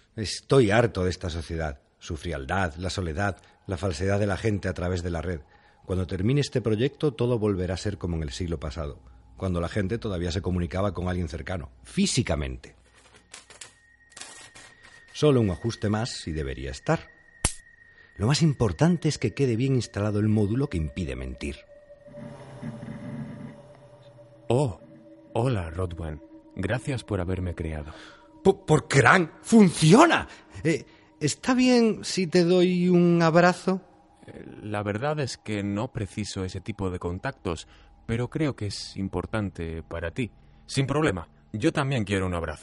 Estoy harto de esta sociedad. Su frialdad, la soledad, la falsedad de la gente a través de la red. Cuando termine este proyecto, todo volverá a ser como en el siglo pasado, cuando la gente todavía se comunicaba con alguien cercano, físicamente. Solo un ajuste más y debería estar. Lo más importante es que quede bien instalado el módulo que impide mentir. Oh, hola, Rodwen. Gracias por haberme creado. ¡Por Crank! ¡Funciona! ¿Está bien si te doy un abrazo? La verdad es que no preciso ese tipo de contactos, pero creo que es importante para ti. Sin problema, yo también quiero un abrazo.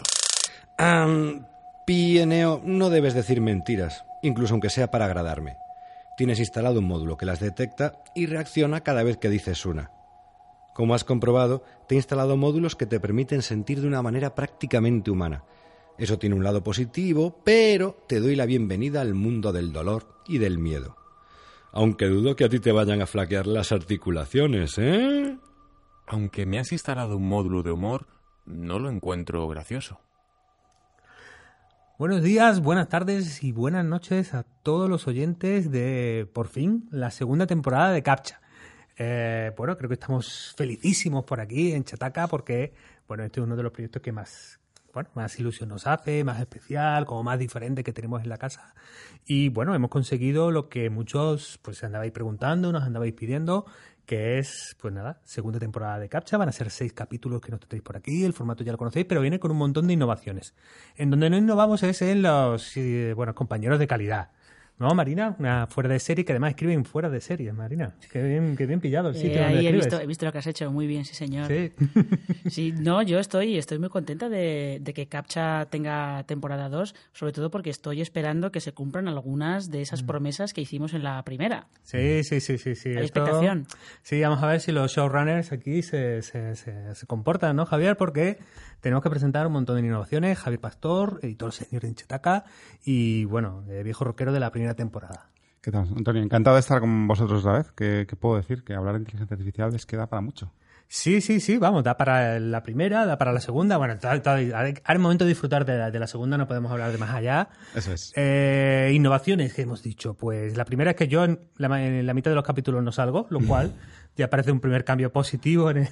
Pieneo, no debes decir mentiras, incluso aunque sea para agradarme. Tienes instalado un módulo que las detecta y reacciona cada vez que dices una. Como has comprobado, te he instalado módulos que te permiten sentir de una manera prácticamente humana. Eso tiene un lado positivo, pero te doy la bienvenida al mundo del dolor y del miedo. Aunque dudo que a ti te vayan a flaquear las articulaciones, ¿eh? Aunque me has instalado un módulo de humor, no lo encuentro gracioso. Buenos días, buenas tardes y buenas noches a todos los oyentes de, por fin, la segunda temporada de CAPTCHA. Creo que estamos felicísimos por aquí en Chataca porque, este es uno de los proyectos que más ilusión nos hace, más especial, como más diferente que tenemos en la casa. Y hemos conseguido lo que muchos andabais preguntando, nos andabais pidiendo, que es, segunda temporada de CAPTCHA. Van a ser 6 capítulos que nos tratéis por aquí, el formato ya lo conocéis, pero viene con un montón de innovaciones. En donde no innovamos es en los compañeros de calidad. ¿No, Marina? Una fuera de serie que además escriben fuera de serie, Marina. Qué bien pillado el sitio donde escribes. He visto lo que has hecho, muy bien, sí señor. Sí. Sí, no, yo estoy muy contenta de que CAPTCHA tenga temporada 2, sobre todo porque estoy esperando que se cumplan algunas de esas promesas que hicimos en la primera. Sí. Hay expectación. Sí, vamos a ver si los showrunners aquí se comportan, ¿no, Javier? Porque tenemos que presentar un montón de innovaciones. Javier Pastor, editor senior en Chataca y, viejo rockero de la primera temporada. ¿Qué tal, Antonio? Encantado de estar con vosotros otra vez. ¿Qué puedo decir? Que hablar de inteligencia artificial es que da para mucho. Sí, vamos, da para la primera, da para la segunda. Ahora es momento de disfrutar de la segunda, no podemos hablar de más allá. Eso es. Innovaciones que hemos dicho. Pues la primera es que yo en la mitad de los capítulos no salgo, lo cual ya parece un primer cambio positivo en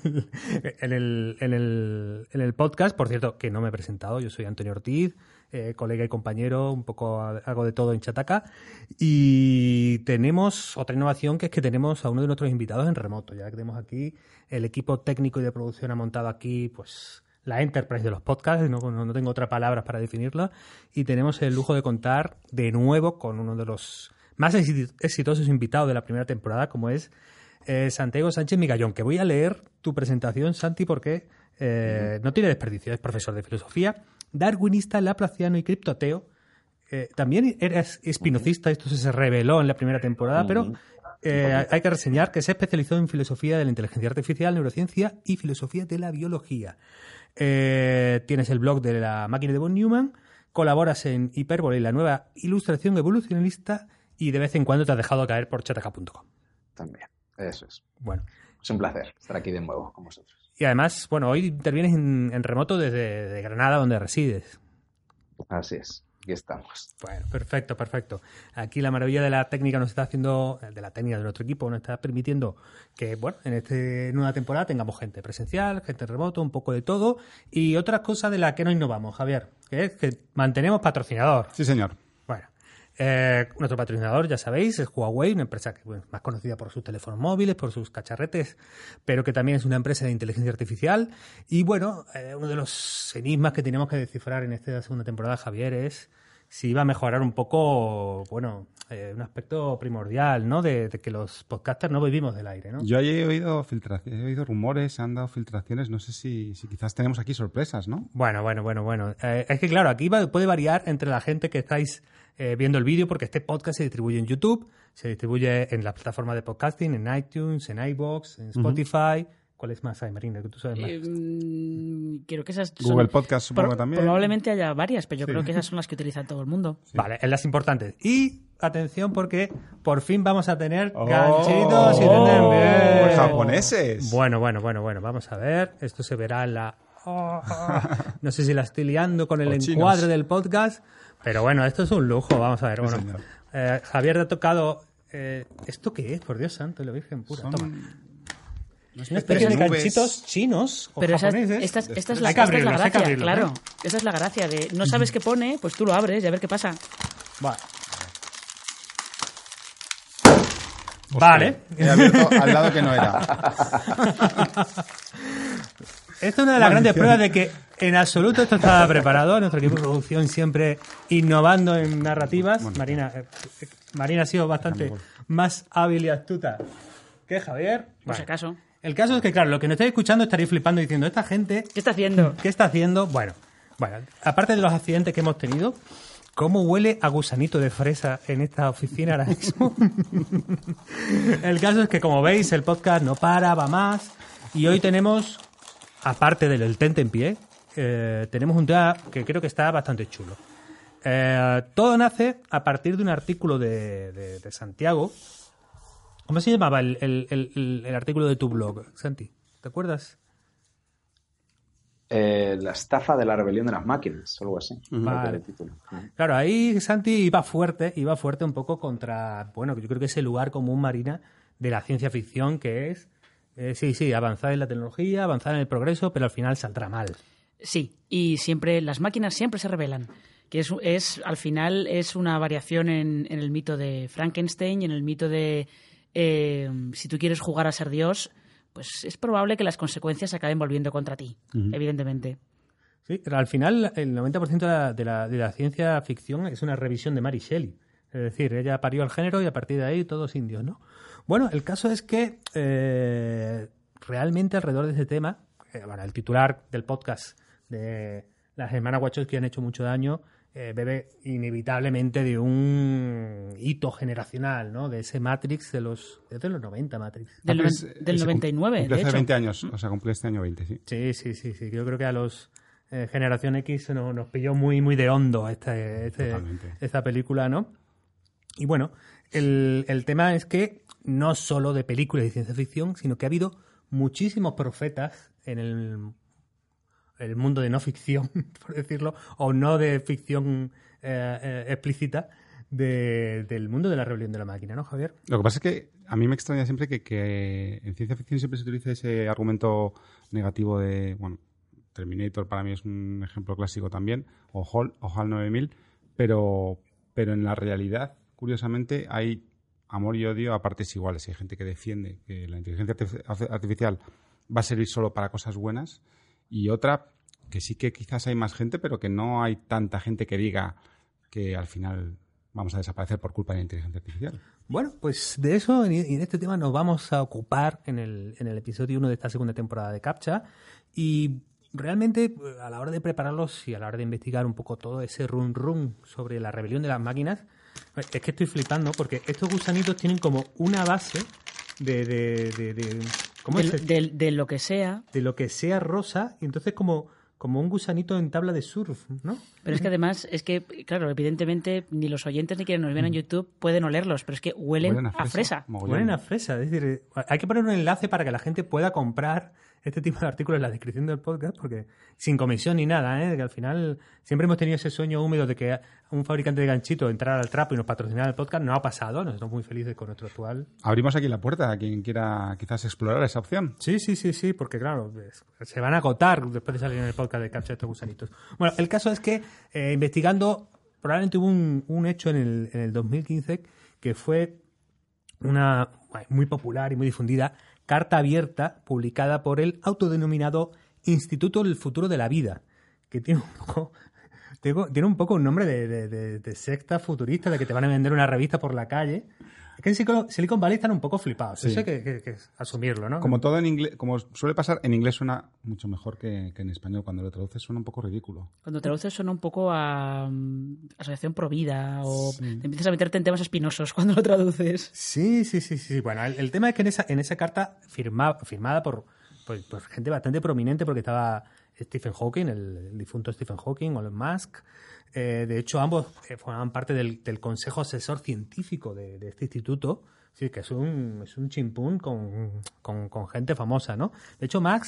el podcast. Por cierto, que no me he presentado, yo soy Antonio Ortiz, colega y compañero, un poco hago de todo en Chataca. Y tenemos otra innovación, que es que tenemos a uno de nuestros invitados en remoto. Ya que tenemos aquí el equipo técnico y de producción ha montado aquí, la Enterprise de los podcasts, no tengo otras palabras para definirla, y tenemos el lujo de contar de nuevo con uno de los más exitosos invitados de la primera temporada, como es Santiago Sánchez Migallón, que voy a leer tu presentación, Santi, porque no tiene desperdicio. Es profesor de filosofía, darwinista, laplaciano y criptoateo. También eres espinocista, esto se reveló en la primera temporada, pero hay que reseñar que se especializó en filosofía de la inteligencia artificial, neurociencia y filosofía de la biología. Tienes el blog de La Máquina de von Neumann, colaboras en Hipérbole y la nueva ilustración evolucionista, y de vez en cuando te has dejado caer por chataca.com. También, eso es. Bueno. Es un placer estar aquí de nuevo con vosotros. Y además, hoy intervienes en remoto desde Granada, donde resides. Así es. Aquí estamos. Bueno, perfecto. Aquí la maravilla de la técnica de nuestro equipo nos está permitiendo que, en esta nueva temporada tengamos gente presencial, gente remoto, un poco de todo. Y otra cosa de la que no innovamos, Javier, que es que mantenemos patrocinador. Sí, señor. Nuestro patrocinador, ya sabéis, es Huawei, una empresa que más conocida por sus teléfonos móviles, por sus cacharretes, pero que también es una empresa de inteligencia artificial. Y uno de los enigmas que tenemos que descifrar en esta segunda temporada, Javier, es si iba a mejorar un poco, un aspecto primordial, ¿no? De que los podcasters no vivimos del aire, ¿no? Yo he oído filtraciones, he oído rumores, se han dado filtraciones, no sé si quizás tenemos aquí sorpresas, ¿no? Bueno. Es que claro, aquí puede variar entre la gente que estáis viendo el vídeo, porque este podcast se distribuye en YouTube, se distribuye en la plataforma de podcasting, en iTunes, en iVoox, en Spotify. ¿Cuáles más hay, Marina? Que tú sabes más. Creo que esas son... Google Podcast supongo también. Probablemente haya varias, pero yo creo que esas son las que utiliza todo el mundo. Sí. Vale, en las importantes. Y atención, porque por fin vamos a tener ganchitos y tendrán bien. Japoneses. Bueno. Vamos a ver. Esto se verá en la No sé si la estoy liando con el O chinos. encuadre del podcast, pero bueno, esto es un lujo, vamos a ver. Sí, Bueno, señor. Javier te ha tocado... ¿esto qué es? Por Dios santo y la Virgen pura. Son Toma. una Una especie especie de nubes. ganchitos chinos o Pero esta japoneses. es la Hay que abrirlos, hay que gracia, abrirlos, claro. ¿eh? Esa es la gracia de no sabes qué pone, pues tú lo abres y a ver qué pasa. Vale. He abierto al lado que no era. Esta es una de las grandes pruebas de que en absoluto esto estaba preparado. Nuestro equipo de producción siempre innovando en narrativas. Marina ha sido bastante más hábil y astuta que Javier. Por si acaso. El caso es que, claro, lo que nos estáis escuchando estaréis flipando diciendo, esta gente, ¿Qué está haciendo? ¿qué está haciendo? Bueno, aparte de los accidentes que hemos tenido, ¿cómo huele a gusanito de fresa en esta oficina ahora mismo? El caso es que, como veis, el podcast no para, va más. Y hoy tenemos, aparte del Tente en Pie, tenemos un tema que creo que está bastante chulo. Todo nace a partir de un artículo de Santiago. ¿Cómo se llamaba el artículo de tu blog, Santi? ¿Te acuerdas? La estafa de la rebelión de las máquinas, o algo así. Vale. Creo que era el título. Claro, ahí Santi iba fuerte un poco contra, bueno, yo creo que es el lugar común, Marina, de la ciencia ficción, que es, sí, avanzar en la tecnología, avanzar en el progreso, pero al final saldrá mal. Sí, y siempre las máquinas siempre se rebelan. Que al final es una variación en el mito de Frankenstein y en el mito de si tú quieres jugar a ser Dios, pues es probable que las consecuencias se acaben volviendo contra ti, evidentemente. Sí, pero al final el 90% de la ciencia ficción es una revisión de Mary Shelley. Es decir, ella parió el género y a partir de ahí todos indios, ¿no? Bueno, el caso es que realmente alrededor de ese tema, el titular del podcast de las hermanas Wachowski han hecho mucho daño, bebe inevitablemente de un hito generacional, ¿no? De ese Matrix de los 90, Matrix. Del 99, Cumple de hace hecho. 20 años, o sea, cumple este año 20, sí. Sí. Yo creo que a los Generación X nos pilló muy, muy de hondo Totalmente. esta película, ¿no? Y bueno, el tema es que no solo de películas de ciencia ficción, sino que ha habido muchísimos profetas en el mundo de no ficción, por decirlo, o no de ficción explícita, del mundo de la rebelión de la máquina, ¿no, Javier? Lo que pasa es que a mí me extraña siempre que en ciencia ficción siempre se utiliza ese argumento negativo de, bueno, Terminator para mí es un ejemplo clásico también, o HAL 9000, pero en la realidad, curiosamente, hay amor y odio a partes iguales. Hay gente que defiende que la inteligencia artificial va a servir solo para cosas buenas, y otra que sí que quizás hay más gente, pero que no hay tanta gente que diga que al final vamos a desaparecer por culpa de la inteligencia artificial. Bueno, pues de eso y en este tema nos vamos a ocupar en el episodio 1 de esta segunda temporada de CAPTCHA, y realmente a la hora de prepararlos y a la hora de investigar un poco todo ese run sobre la rebelión de las máquinas, es que estoy flipando porque estos gusanitos tienen como una base ¿cómo es? De lo que sea. De lo que sea rosa, y entonces como un gusanito en tabla de surf, ¿no? Pero es que además, claro, evidentemente ni los oyentes ni quienes nos ven en YouTube pueden olerlos, pero es que huelen a fresa. Huelen a fresa, es decir, hay que poner un enlace para que la gente pueda comprar este tipo de artículos en la descripción del podcast, porque sin comisión ni nada, que al final siempre hemos tenido ese sueño húmedo de que un fabricante de ganchito entrara al trapo y nos patrocinara el podcast. No ha pasado, nosotros estamos muy felices con nuestro actual. Abrimos aquí la puerta a quien quiera quizás explorar esa opción. Sí, porque claro, se van a agotar después de salir en el podcast de CAPTCHA estos gusanitos. Bueno, el caso es que investigando, probablemente hubo un hecho en el 2015 que fue una muy popular y muy difundida carta abierta publicada por el autodenominado Instituto del Futuro de la Vida, que tiene un poco un nombre de secta futurista, de que te van a vender una revista por la calle. Es que en Silicon Valley están un poco flipados, Sí. eso hay que asumirlo, ¿no? Como todo en inglés, como suele pasar, en inglés suena mucho mejor que en español. Cuando lo traduces suena un poco ridículo. Cuando traduces suena un poco a asociación provida o te empiezas a meterte en temas espinosos cuando lo traduces. Sí. Bueno, el tema es que en esa carta firmada por gente bastante prominente, porque estaba Stephen Hawking, el difunto Stephen Hawking, o Elon Musk. De hecho, ambos formaban parte del consejo asesor científico de este instituto. Sí, que es un chimpún con gente famosa, ¿no? De hecho, Max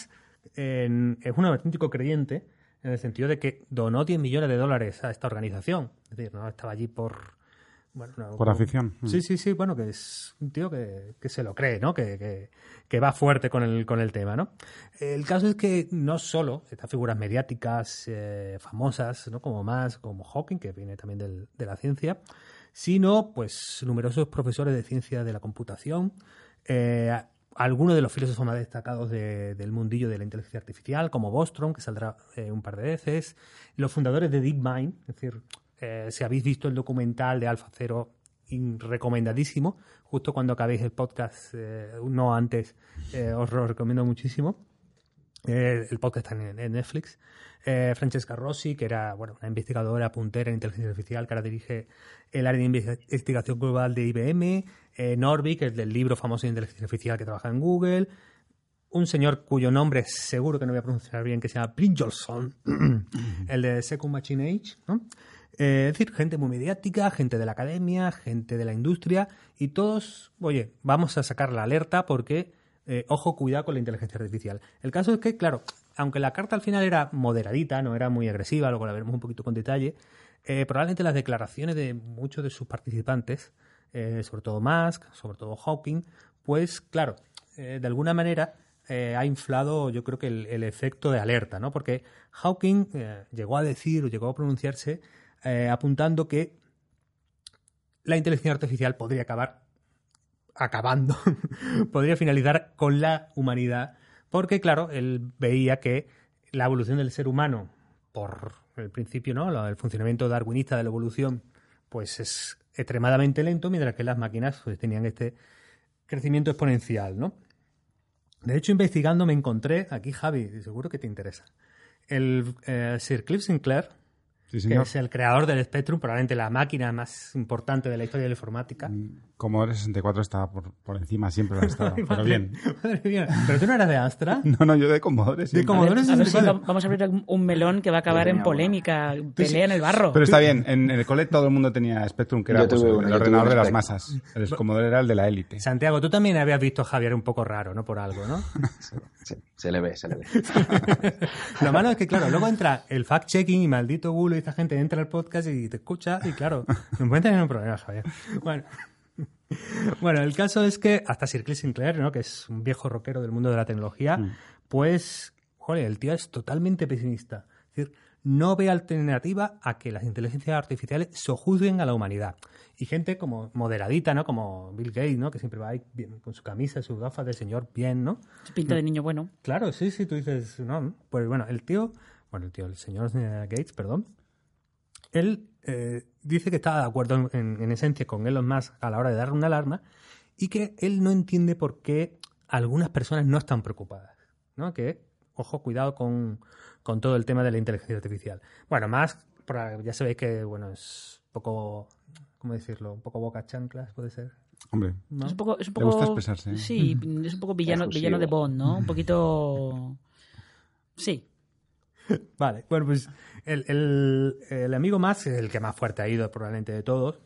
es un auténtico creyente en el sentido de que donó 10 millones de dólares a esta organización. Es decir, no estaba allí por... Bueno, no, por afición. Sí, bueno, que es un tío que se lo cree, ¿no? Que va fuerte con el tema, ¿no? El caso es que no solo estas figuras mediáticas famosas, ¿no? Como Hawking, que viene también de la ciencia, sino pues numerosos profesores de ciencia de la computación, algunos de los filósofos más destacados del mundillo de la inteligencia artificial, como Bostrom, que saldrá un par de veces, los fundadores de DeepMind, es decir, si habéis visto el documental de AlphaZero, recomendadísimo, justo cuando acabéis el podcast, no antes, os lo recomiendo muchísimo. El podcast está en Netflix. Francesca Rossi, que era una investigadora puntera en inteligencia artificial, que ahora dirige el área de investigación global de IBM. Norvig, que es del libro famoso de inteligencia artificial, que trabaja en Google. Un señor cuyo nombre seguro que no voy a pronunciar bien, que se llama Brynjolfsson, el de Second Machine Age, ¿no? Es decir, gente muy mediática, gente de la academia, gente de la industria, y todos, oye, vamos a sacar la alerta porque, ojo, cuidado con la inteligencia artificial. El caso es que, claro, aunque la carta al final era moderadita, no era muy agresiva, luego la veremos un poquito con detalle, probablemente las declaraciones de muchos de sus participantes, sobre todo Musk, sobre todo Hawking, pues, claro, de alguna manera ha inflado, yo creo que el efecto de alerta, ¿no? Porque Hawking llegó a decir o llegó a pronunciarse apuntando que la inteligencia artificial podría podría finalizar con la humanidad, porque claro, él veía que la evolución del ser humano, por el principio, ¿no? El funcionamiento darwinista de la evolución, pues es extremadamente lento, mientras que las máquinas pues tenían este crecimiento exponencial, ¿no? De hecho, investigando me encontré, aquí Javi, seguro que te interesa, el Sir Cliff Sinclair, Sí, que es el creador del Spectrum, probablemente la máquina más importante de la historia de la informática. Commodore 64 estaba por encima, siempre lo ha estado, pero bien. Madre mía. ¿Pero tú no eras de Astra? No, yo de Commodore. Sí. De Commodore A ver si 64. vamos a abrir un melón que va a acabar en polémica, pelea en el barro. Pero está bien, en el cole todo el mundo tenía Spectrum, que era Yo tuve el uno, yo ordenador tuve de un las Spectrum. masas. El Commodore era el de la élite. Santiago, tú también habías visto a Javier un poco raro, ¿no? Por algo, ¿no? Sí, se le ve. Lo malo es que, claro, luego entra el fact-checking y maldito Google y esta gente entra al podcast y te escucha y, claro, no pueden tener un problema, Javier. Bueno, el caso es que hasta Sir Cliff Sinclair, ¿no? Que es un viejo rockero del mundo de la tecnología, pues, joder, el tío es totalmente pesimista. Es decir, no ve alternativa a que las inteligencias artificiales sojuzguen a la humanidad. Y gente como moderadita, ¿no? Como Bill Gates, ¿no? Que siempre va ahí bien, con su camisa y sus gafas de señor bien, ¿no? Pinta de niño bueno. Claro, sí, tú dices, no. Pues bueno, el señor Gates, perdón, él dice que está de acuerdo en esencia con Elon Musk a la hora de darle una alarma y que él no entiende por qué algunas personas no están preocupadas, ¿no? Que, ojo, cuidado con todo el tema de la inteligencia artificial. Bueno, Musk, ya sabéis que, bueno, es un poco, ¿cómo decirlo? Un poco boca chanclas, puede ser. Hombre, ¿No? Es un poco, le gusta expresarse, ¿eh? Sí, es un poco villano de Bond, ¿no? Un poquito... Sí. Vale, bueno, pues el amigo Musk es el que más fuerte ha ido probablemente de todos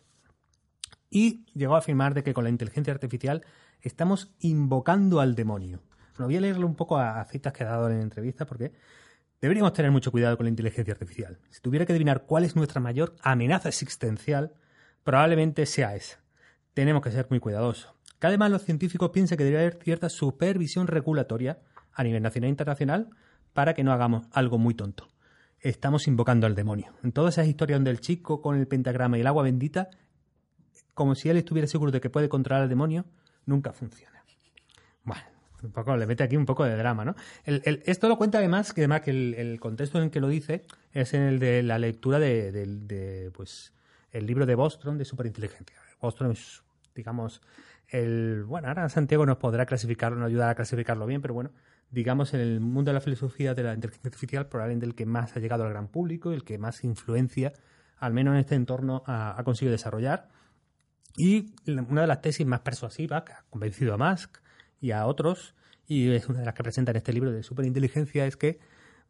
y llegó a afirmar de que con la inteligencia artificial estamos invocando al demonio. Bueno, voy a leerle un poco a citas que ha dado en entrevistas porque deberíamos tener mucho cuidado con la inteligencia artificial. Si tuviera que adivinar cuál es nuestra mayor amenaza existencial, probablemente sea esa. Tenemos que ser muy cuidadosos. Que además los científicos piensan que debería haber cierta supervisión regulatoria a nivel nacional e internacional para que no hagamos algo muy tonto. Estamos invocando al demonio. En todas esas historias donde el chico con el pentagrama y el agua bendita, como si él estuviera seguro de que puede controlar al demonio, nunca funciona. Bueno, un poco, le mete aquí un poco de drama, ¿no? Esto lo cuenta además que el contexto en el que lo dice es en el de la lectura de pues, el libro de Bostrom de superinteligencia. Bostrom es, digamos, bueno, ahora Santiago nos podrá clasificarlo, nos ayudará a clasificarlo bien, pero bueno, digamos, en el mundo de la filosofía de la inteligencia artificial, probablemente el que más ha llegado al gran público, el que más influencia, al menos en este entorno, ha conseguido desarrollar. Y una de las tesis más persuasivas que ha convencido a Musk y a otros, y es una de las que presenta en este libro de superinteligencia, es que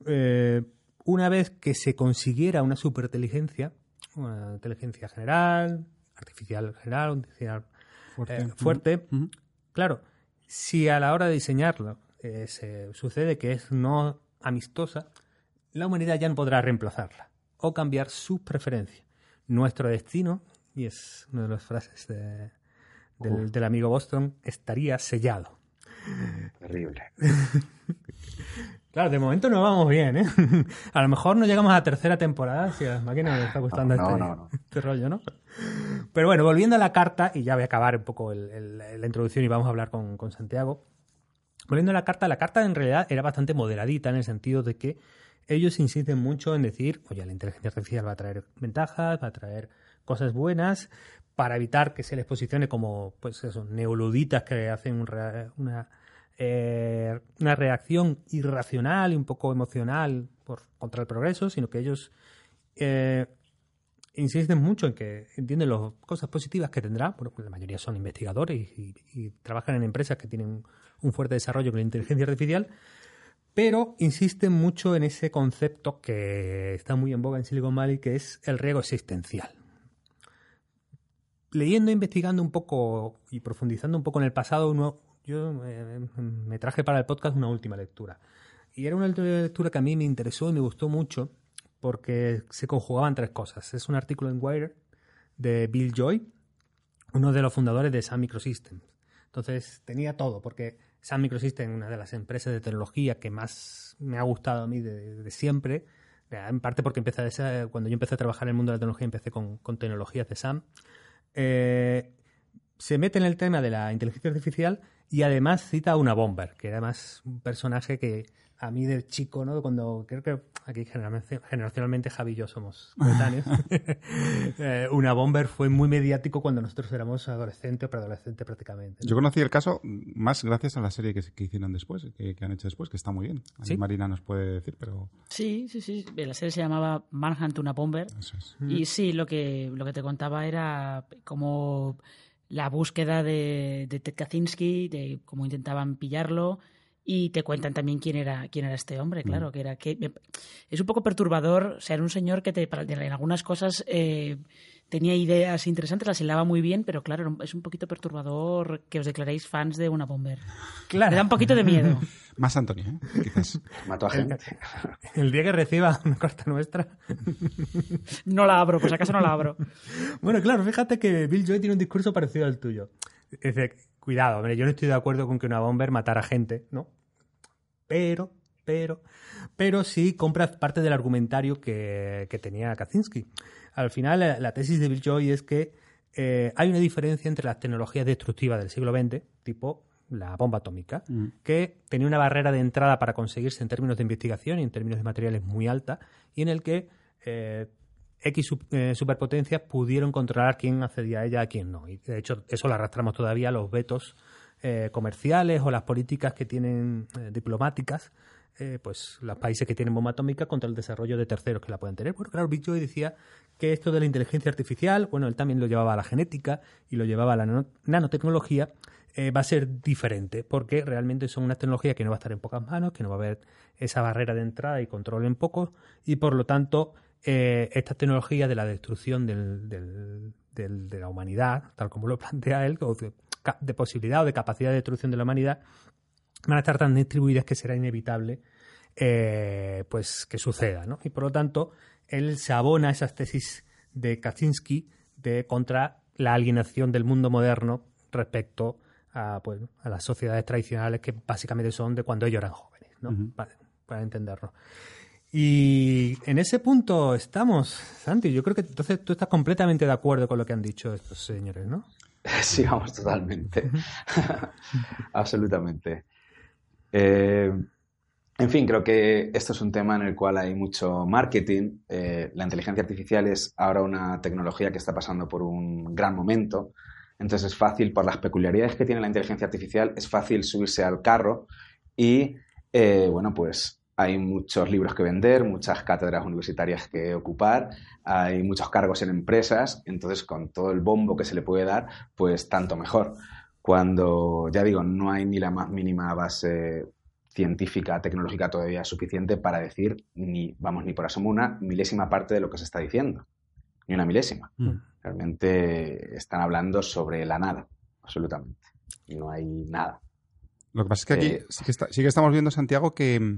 una vez que se consiguiera una superinteligencia, una inteligencia general, artificial general, fuerte, claro, si a la hora de diseñarlo sucede que es no amistosa, la humanidad ya no podrá reemplazarla o cambiar sus preferencias. Nuestro destino, y es una de las frases del amigo Bostrom, estaría sellado. Terrible. Claro, de momento no vamos bien, ¿eh? A lo mejor no llegamos a la tercera temporada si a las máquinas les está gustando este rollo, ¿no? Pero bueno, volviendo a la carta, y ya voy a acabar un poco la introducción y vamos a hablar con Santiago. Volviendo a la carta en realidad era bastante moderadita en el sentido de que ellos insisten mucho en decir, oye, la inteligencia artificial va a traer ventajas, va a traer cosas buenas, para evitar que se les posicione como, pues eso, neoluditas que hacen una reacción irracional y un poco emocional contra el progreso, sino que ellos insisten mucho en que entienden las cosas positivas que tendrá. Bueno, la mayoría son investigadores y trabajan en empresas que tienen un fuerte desarrollo con la inteligencia artificial, pero insisten mucho en ese concepto que está muy en boga en Silicon Valley, que es el riesgo existencial. Leyendo, investigando un poco y profundizando un poco en el pasado, yo me traje para el podcast una última lectura. Y era una lectura que a mí me interesó y me gustó mucho porque se conjugaban tres cosas. Es un artículo en Wired de Bill Joy, uno de los fundadores de Sun Microsystems. Entonces tenía todo, porque Sun Microsystems es una de las empresas de tecnología que más me ha gustado a mí de siempre. En parte porque cuando yo empecé a trabajar en el mundo de la tecnología empecé con tecnologías de Sun. Se mete en el tema de la inteligencia artificial y además cita a una Bomber, que era además un personaje que a mí de chico, ¿no? Cuando creo que aquí generacionalmente Javi y yo somos coetáneos, una Bomber fue muy mediático cuando nosotros éramos adolescentes o preadolescentes prácticamente, ¿no? Yo conocí el caso más gracias a la serie que hicieron después, que han hecho después, que está muy bien. Ahí ¿sí? Marina nos puede decir, pero... Sí. La serie se llamaba Manhunt una Bomber. Eso es. Y sí, lo que te contaba era como la búsqueda de Ted Kaczynski, de cómo intentaban pillarlo. Y te cuentan también quién era este hombre, claro, que es un poco perturbador. O sea, era un señor que en algunas cosas tenía ideas interesantes, las hilaba muy bien, pero claro, es un poquito perturbador que os declaréis fans de una Bomber. Claro. Me da un poquito de miedo. Más Antonio, quizás. Mató a gente. El día que reciba una carta nuestra... No la abro, pues acaso no la abro. Bueno, claro, fíjate que Bill Joy tiene un discurso parecido al tuyo. Es decir, cuidado, hombre, yo no estoy de acuerdo con que una Bomber matara gente, ¿no? Pero sí compras parte del argumentario que tenía Kaczynski. Al final, la tesis de Bill Joy es que hay una diferencia entre las tecnologías destructivas del siglo XX, tipo la bomba atómica, que tenía una barrera de entrada para conseguirse en términos de investigación y en términos de materiales muy alta, y en el que X superpotencias pudieron controlar quién accedía a ella, a quién no. Y de hecho, eso lo arrastramos todavía a los vetos comerciales o las políticas que tienen diplomáticas, pues los países que tienen bomba atómica contra el desarrollo de terceros que la pueden tener. Bueno, claro, Bill Joy decía que esto de la inteligencia artificial, bueno, él también lo llevaba a la genética y lo llevaba a la nanotecnología, va a ser diferente, porque realmente son unas tecnologías que no va a estar en pocas manos, que no va a haber esa barrera de entrada y control en pocos, y por lo tanto estas tecnologías de la destrucción de la humanidad, tal como lo plantea él, de posibilidad o de capacidad de destrucción de la humanidad, van a estar tan distribuidas que será inevitable pues que suceda, ¿no? Y por lo tanto, él se abona a esas tesis de Kaczynski contra la alienación del mundo moderno respecto a las sociedades tradicionales que básicamente son de cuando ellos eran jóvenes, ¿no? Uh-huh. Para entenderlo. Y en ese punto estamos, Santi. Yo creo que entonces tú estás completamente de acuerdo con lo que han dicho estos señores, ¿no? Sí, vamos, totalmente. Absolutamente. En fin, creo que esto es un tema en el cual hay mucho marketing. La inteligencia artificial es ahora una tecnología que está pasando por un gran momento. Entonces es fácil, por las peculiaridades que tiene la inteligencia artificial, es fácil subirse al carro y, bueno, pues hay muchos libros que vender, muchas cátedras universitarias que ocupar, hay muchos cargos en empresas, entonces con todo el bombo que se le puede dar, pues tanto mejor. Cuando, ya digo, no hay ni la más mínima base científica, tecnológica todavía suficiente para decir ni por asomo una milésima parte de lo que se está diciendo. Ni una milésima. Realmente están hablando sobre la nada, absolutamente. Y no hay nada. Lo que pasa es que aquí sí que estamos viendo, Santiago,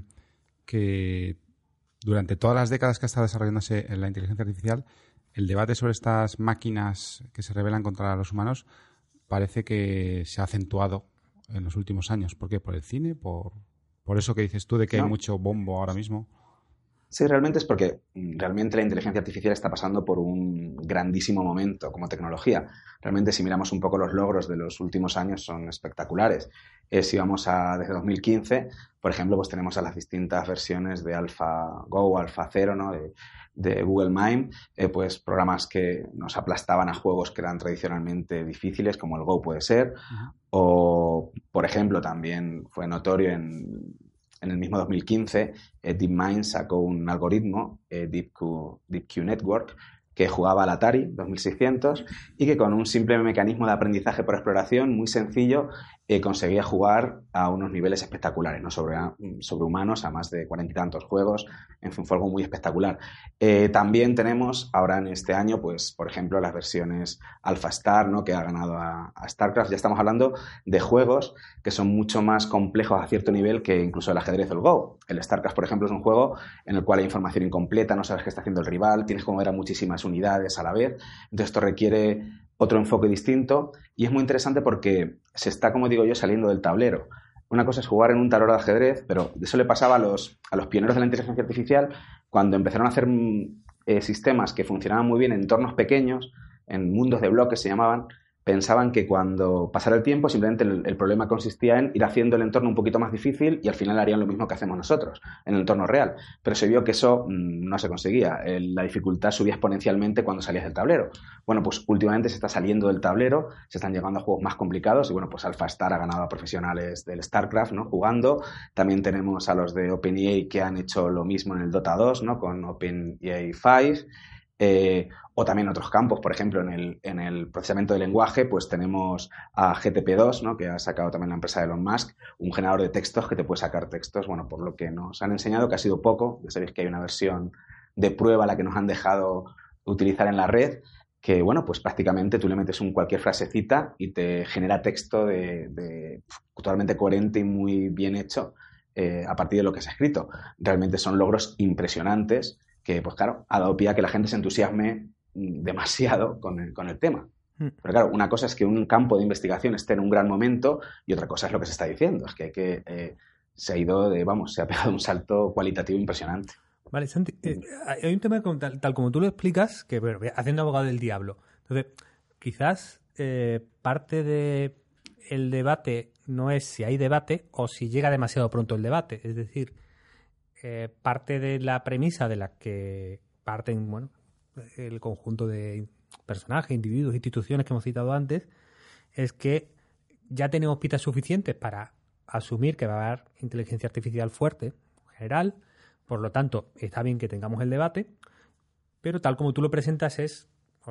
que durante todas las décadas que ha estado desarrollándose la inteligencia artificial, el debate sobre estas máquinas que se rebelan contra los humanos parece que se ha acentuado en los últimos años. ¿Por qué? ¿Por el cine? ¿Por eso que dices tú de que hay mucho bombo ahora mismo? Sí, realmente es porque realmente la inteligencia artificial está pasando por un grandísimo momento como tecnología. Realmente, si miramos un poco los logros de los últimos años, son espectaculares. Si vamos desde 2015, por ejemplo, pues tenemos a las distintas versiones de AlphaGo, AlphaZero, ¿no? de Google Mime, pues programas que nos aplastaban a juegos que eran tradicionalmente difíciles, como el Go puede ser. O, por ejemplo, también fue notorio en el mismo 2015, DeepMind sacó un algoritmo, DeepQ Network, que jugaba al Atari 2600 y que con un simple mecanismo de aprendizaje por exploración muy sencillo conseguía jugar a unos niveles espectaculares, ¿no? Sobrehumanos, a más de 40 y tantos juegos. En fin, fue algo muy espectacular. También tenemos ahora en este año, pues, por ejemplo, las versiones AlphaStar, ¿no? Que ha ganado a StarCraft. Ya estamos hablando de juegos que son mucho más complejos a cierto nivel que incluso el ajedrez o el Go. El StarCraft, por ejemplo, es un juego en el cual hay información incompleta, no sabes qué está haciendo el rival, tienes que mover a muchísimas unidades a la vez. Entonces esto requiere otro enfoque distinto y es muy interesante porque se está, como digo yo, saliendo del tablero. Una cosa es jugar en un tablero de ajedrez, pero eso le pasaba a los pioneros de la inteligencia artificial cuando empezaron a hacer sistemas que funcionaban muy bien en entornos pequeños, en mundos de bloques se llamaban. Pensaban que cuando pasara el tiempo simplemente el problema consistía en ir haciendo el entorno un poquito más difícil y al final harían lo mismo que hacemos nosotros en el entorno real. Pero se vio que eso no se conseguía. La dificultad subía exponencialmente cuando salías del tablero. Bueno, pues últimamente se está saliendo del tablero, se están llegando a juegos más complicados y bueno, pues AlphaStar ha ganado a profesionales del StarCraft, ¿no? Jugando. También tenemos a los de OpenEA que han hecho lo mismo en el Dota 2, ¿no? Con OpenEA 5. O también otros campos, por ejemplo, en el procesamiento de lenguaje, pues tenemos a GTP2, ¿no? Que ha sacado también la empresa de Elon Musk, un generador de textos que te puede sacar textos, bueno, por lo que nos han enseñado, que ha sido poco. Ya sabéis que hay una versión de prueba, la que nos han dejado utilizar en la red, que, bueno, pues prácticamente tú le metes cualquier frasecita y te genera texto totalmente coherente y muy bien hecho a partir de lo que se ha escrito. Realmente son logros impresionantes que, pues claro, ha dado pie a que la gente se entusiasme demasiado con el tema. Pero claro, una cosa es que un campo de investigación esté en un gran momento y otra cosa es lo que se está diciendo. Es que se ha pegado un salto cualitativo impresionante. Vale, Santi, hay un tema tal como tú lo explicas, que bueno, haciendo abogado del diablo. Entonces, quizás parte del debate no es si hay debate o si llega demasiado pronto el debate. Es decir, parte de la premisa de la que parten, bueno, el conjunto de personajes, individuos, instituciones que hemos citado antes, es que ya tenemos pistas suficientes para asumir que va a haber inteligencia artificial fuerte, en general. Por lo tanto, está bien que tengamos el debate, pero tal como tú lo presentas es,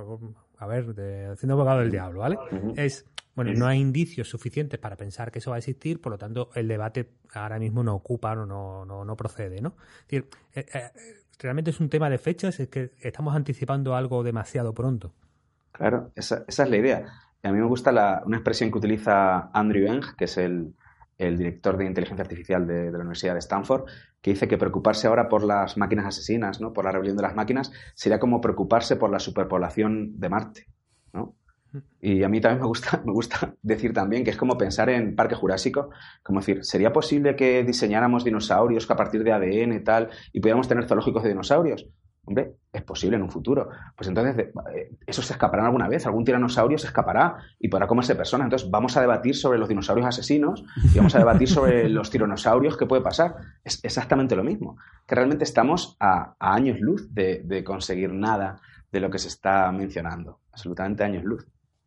a ver, haciendo abogado del diablo, ¿vale? Es, bueno, no hay indicios suficientes para pensar que eso va a existir, por lo tanto, el debate ahora mismo no ocupa o no procede, ¿no? Es decir, realmente es un tema de fechas, es que estamos anticipando algo demasiado pronto. Claro, esa es la idea. A mí me gusta una expresión que utiliza Andrew Ng, que es el director de inteligencia artificial de la Universidad de Stanford, que dice que preocuparse ahora por las máquinas asesinas, ¿no? Por la rebelión de las máquinas, sería como preocuparse por la superpoblación de Marte, ¿no? Y a mí también me gusta decir también que es como pensar en Parque Jurásico, como decir, ¿sería posible que diseñáramos dinosaurios que a partir de ADN y tal, y pudiéramos tener zoológicos de dinosaurios? Hombre, es posible en un futuro. Pues entonces, ¿eso se escapará alguna vez? ¿Algún tiranosaurio se escapará y podrá comerse personas? Entonces, vamos a debatir sobre los dinosaurios asesinos y vamos a debatir sobre los tiranosaurios, ¿qué puede pasar? Es exactamente lo mismo. Que realmente estamos a años luz de conseguir nada de lo que se está mencionando. Absolutamente años luz.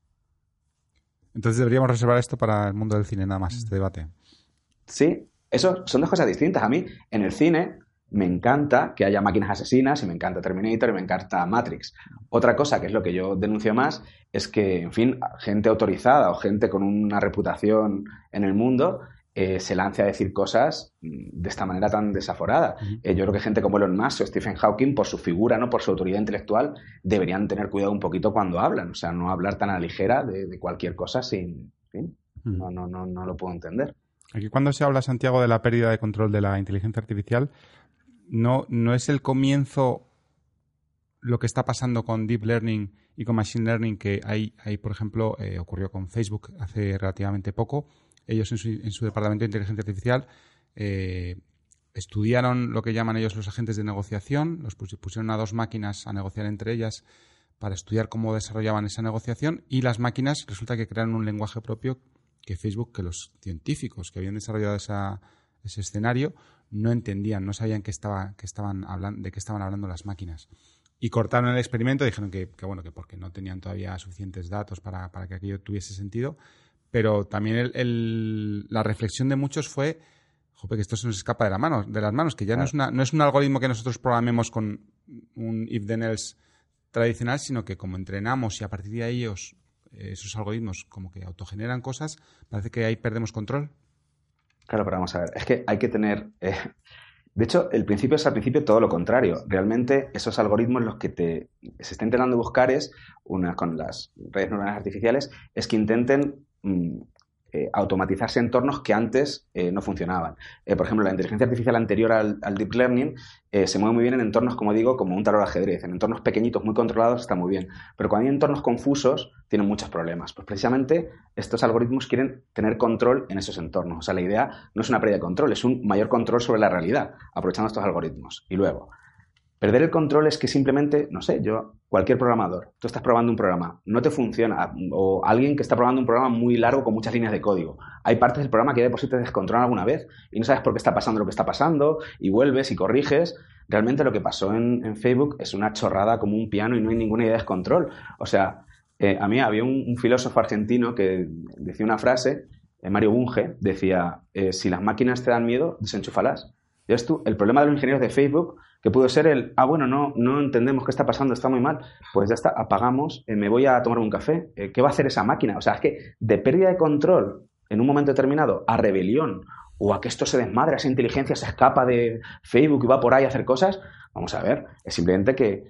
Entonces, deberíamos reservar esto para el mundo del cine nada más, este debate. Sí, eso son dos cosas distintas. A mí, en el cine, me encanta que haya máquinas asesinas y me encanta Terminator y me encanta Matrix. Otra cosa, que es lo que yo denuncio más, es que, en fin, gente autorizada o gente con una reputación en el mundo se lance a decir cosas de esta manera tan desaforada. Yo creo que gente como Elon Musk o Stephen Hawking, por su figura, ¿no? Por su autoridad intelectual, deberían tener cuidado un poquito cuando hablan. O sea, no hablar tan a la ligera de cualquier cosa sin... En fin, no lo puedo entender. Aquí cuando se habla, Santiago, de la pérdida de control de la inteligencia artificial, no es el comienzo lo que está pasando con Deep Learning y con Machine Learning, que hay por ejemplo, ocurrió con Facebook hace relativamente poco. Ellos en su departamento de inteligencia artificial estudiaron lo que llaman ellos los agentes de negociación, los pusieron a 2 máquinas a negociar entre ellas para estudiar cómo desarrollaban esa negociación, y las máquinas resulta que crearon un lenguaje propio que Facebook, que los científicos que habían desarrollado ese escenario no entendían, no sabían de qué estaban hablando las máquinas. Y cortaron el experimento, dijeron que porque no tenían todavía suficientes datos para que aquello tuviese sentido. Pero también la reflexión de muchos fue, que esto se nos escapa de las manos, que ya no es un algoritmo que nosotros programemos con un if then else tradicional, sino que como entrenamos y a partir de ahí esos algoritmos como que autogeneran cosas, parece que ahí perdemos control. Claro, pero vamos a ver, es que hay que tener... De hecho, el principio es al principio todo lo contrario. Realmente esos algoritmos los que se está intentando buscar con las redes neuronales artificiales, es que intenten automatizarse entornos que antes no funcionaban. Por ejemplo, la inteligencia artificial anterior al Deep Learning se mueve muy bien en entornos, como digo, como un tablero de ajedrez. En entornos pequeñitos, muy controlados, está muy bien. Pero cuando hay entornos confusos, tienen muchos problemas. Pues precisamente estos algoritmos quieren tener control en esos entornos. O sea, la idea no es una pérdida de control, es un mayor control sobre la realidad, aprovechando estos algoritmos. Y luego, perder el control es que simplemente, no sé, cualquier programador, tú estás probando un programa, no te funciona, o alguien que está probando un programa muy largo con muchas líneas de código. Hay partes del programa que ya de por sí te descontrolan alguna vez y no sabes por qué está pasando lo que está pasando y vuelves y corriges. Realmente lo que pasó en Facebook es una chorrada como un piano y no hay ninguna idea de descontrol. O sea, a mí había un filósofo argentino que decía una frase, Mario Bunge, decía, si las máquinas te dan miedo, desenchúfalas. Y esto, el problema de los ingenieros de Facebook, que pudo ser no entendemos qué está pasando, está muy mal, pues ya está, apagamos, me voy a tomar un café. ¿Qué va a hacer esa máquina? O sea, es que de pérdida de control en un momento determinado a rebelión o a que esto se desmadre, esa inteligencia se escapa de Facebook y va por ahí a hacer cosas, vamos a ver, es simplemente que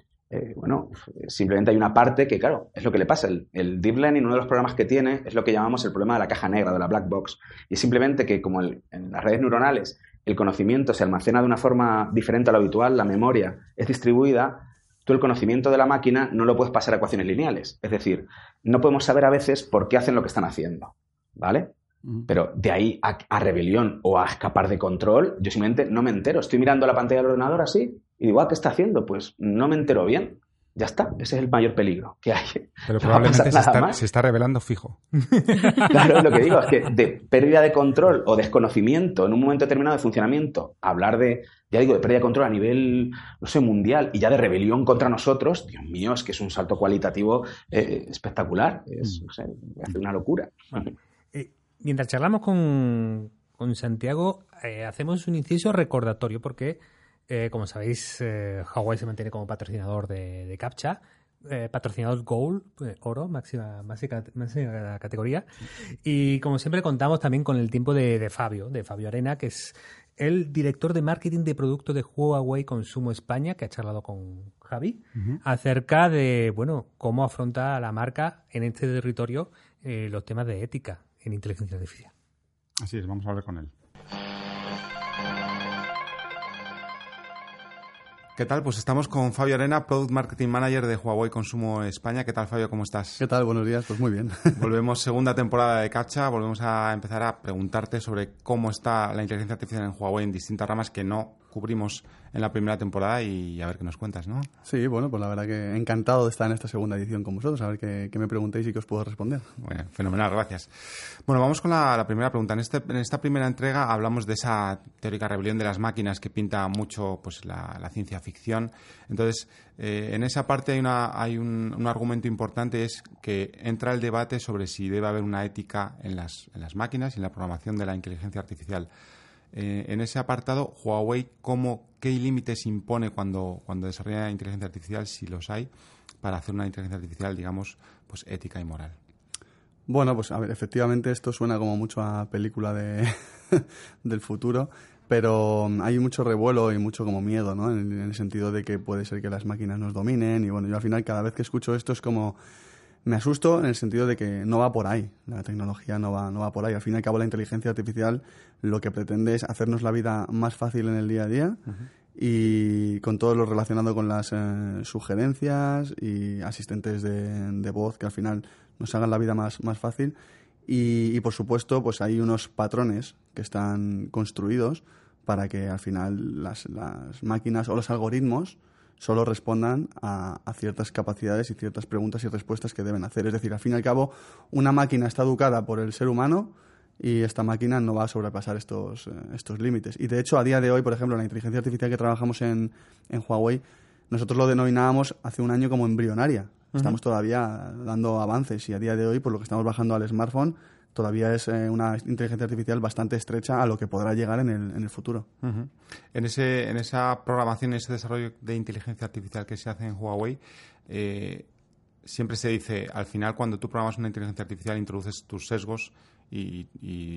simplemente hay una parte que, claro, es lo que le pasa. El Deep Learning, uno de los problemas que tiene, es lo que llamamos el problema de la caja negra, de la black box. Y es simplemente que, como en las redes neuronales, el conocimiento se almacena de una forma diferente a lo habitual, la memoria es distribuida, tú el conocimiento de la máquina no lo puedes pasar a ecuaciones lineales. Es decir, no podemos saber a veces por qué hacen lo que están haciendo, ¿vale? Pero de ahí a rebelión o a escapar de control, yo simplemente no me entero. Estoy mirando la pantalla del ordenador así y digo, ¿qué está haciendo? Pues no me entero bien. Ya está, ese es el mayor peligro que hay. Pero probablemente se está revelando fijo. Claro, lo que digo es que de pérdida de control o desconocimiento en un momento determinado de funcionamiento, hablar de pérdida de control a nivel, no sé, mundial y ya de rebelión contra nosotros, Dios mío, es que es un salto cualitativo espectacular. Es una locura. Mientras charlamos con Santiago, hacemos un inciso recordatorio porque... como sabéis, Huawei se mantiene como patrocinador de CAPTCHA, patrocinador Gold, oro, máxima categoría. Y como siempre contamos también con el tiempo de Fabio Arena, que es el director de marketing de producto de Huawei Consumo España, que ha charlado con Javi, acerca de cómo afronta la marca en este territorio los temas de ética en inteligencia artificial. Así es, vamos a hablar con él. ¿Qué tal? Pues estamos con Fabio Arena, Product Marketing Manager de Huawei Consumo España. ¿Qué tal, Fabio? ¿Cómo estás? ¿Qué tal? Buenos días. Pues muy bien. Volvemos segunda temporada de CAPTCHA. Volvemos a empezar a preguntarte sobre cómo está la inteligencia artificial en Huawei en distintas ramas que no cubrimos en la primera temporada y a ver qué nos cuentas, ¿no? Sí, bueno, pues la verdad que encantado de estar en esta segunda edición con vosotros, a ver qué me preguntéis y qué os puedo responder. Bueno, fenomenal, gracias. Bueno, vamos con la primera pregunta. En esta primera entrega hablamos de esa teórica rebelión de las máquinas que pinta mucho pues la ciencia ficción. Entonces, en esa parte hay un argumento importante, es que entra el debate sobre si debe haber una ética en las máquinas y en la programación de la inteligencia artificial. En ese apartado, Huawei, ¿qué límites impone cuando desarrolla inteligencia artificial, si los hay, para hacer una inteligencia artificial, digamos, pues ética y moral? Bueno, pues a ver, efectivamente esto suena como mucho a película del futuro, pero hay mucho revuelo y mucho como miedo, ¿no? En el sentido de que puede ser que las máquinas nos dominen y bueno, yo al final cada vez que escucho esto es como... Me asusto en el sentido de que no va por ahí. La tecnología no va por ahí. Al fin y al cabo, la inteligencia artificial lo que pretende es hacernos la vida más fácil en el día a día y con todo lo relacionado con las sugerencias y asistentes de voz que al final nos hagan la vida más fácil. Y por supuesto, pues hay unos patrones que están construidos para que al final las máquinas o los algoritmos solo respondan a ciertas capacidades y ciertas preguntas y respuestas que deben hacer. Es decir, al fin y al cabo, una máquina está educada por el ser humano y esta máquina no va a sobrepasar estos límites. Y de hecho, a día de hoy, por ejemplo, la inteligencia artificial que trabajamos en Huawei, nosotros lo denominábamos hace un año como embrionaria. Estamos todavía dando avances y a día de hoy, por lo que estamos bajando al smartphone, todavía es una inteligencia artificial bastante estrecha a lo que podrá llegar en el futuro. En esa programación, en ese desarrollo de inteligencia artificial que se hace en Huawei, siempre se dice, al final, cuando tú programas una inteligencia artificial, introduces tus sesgos y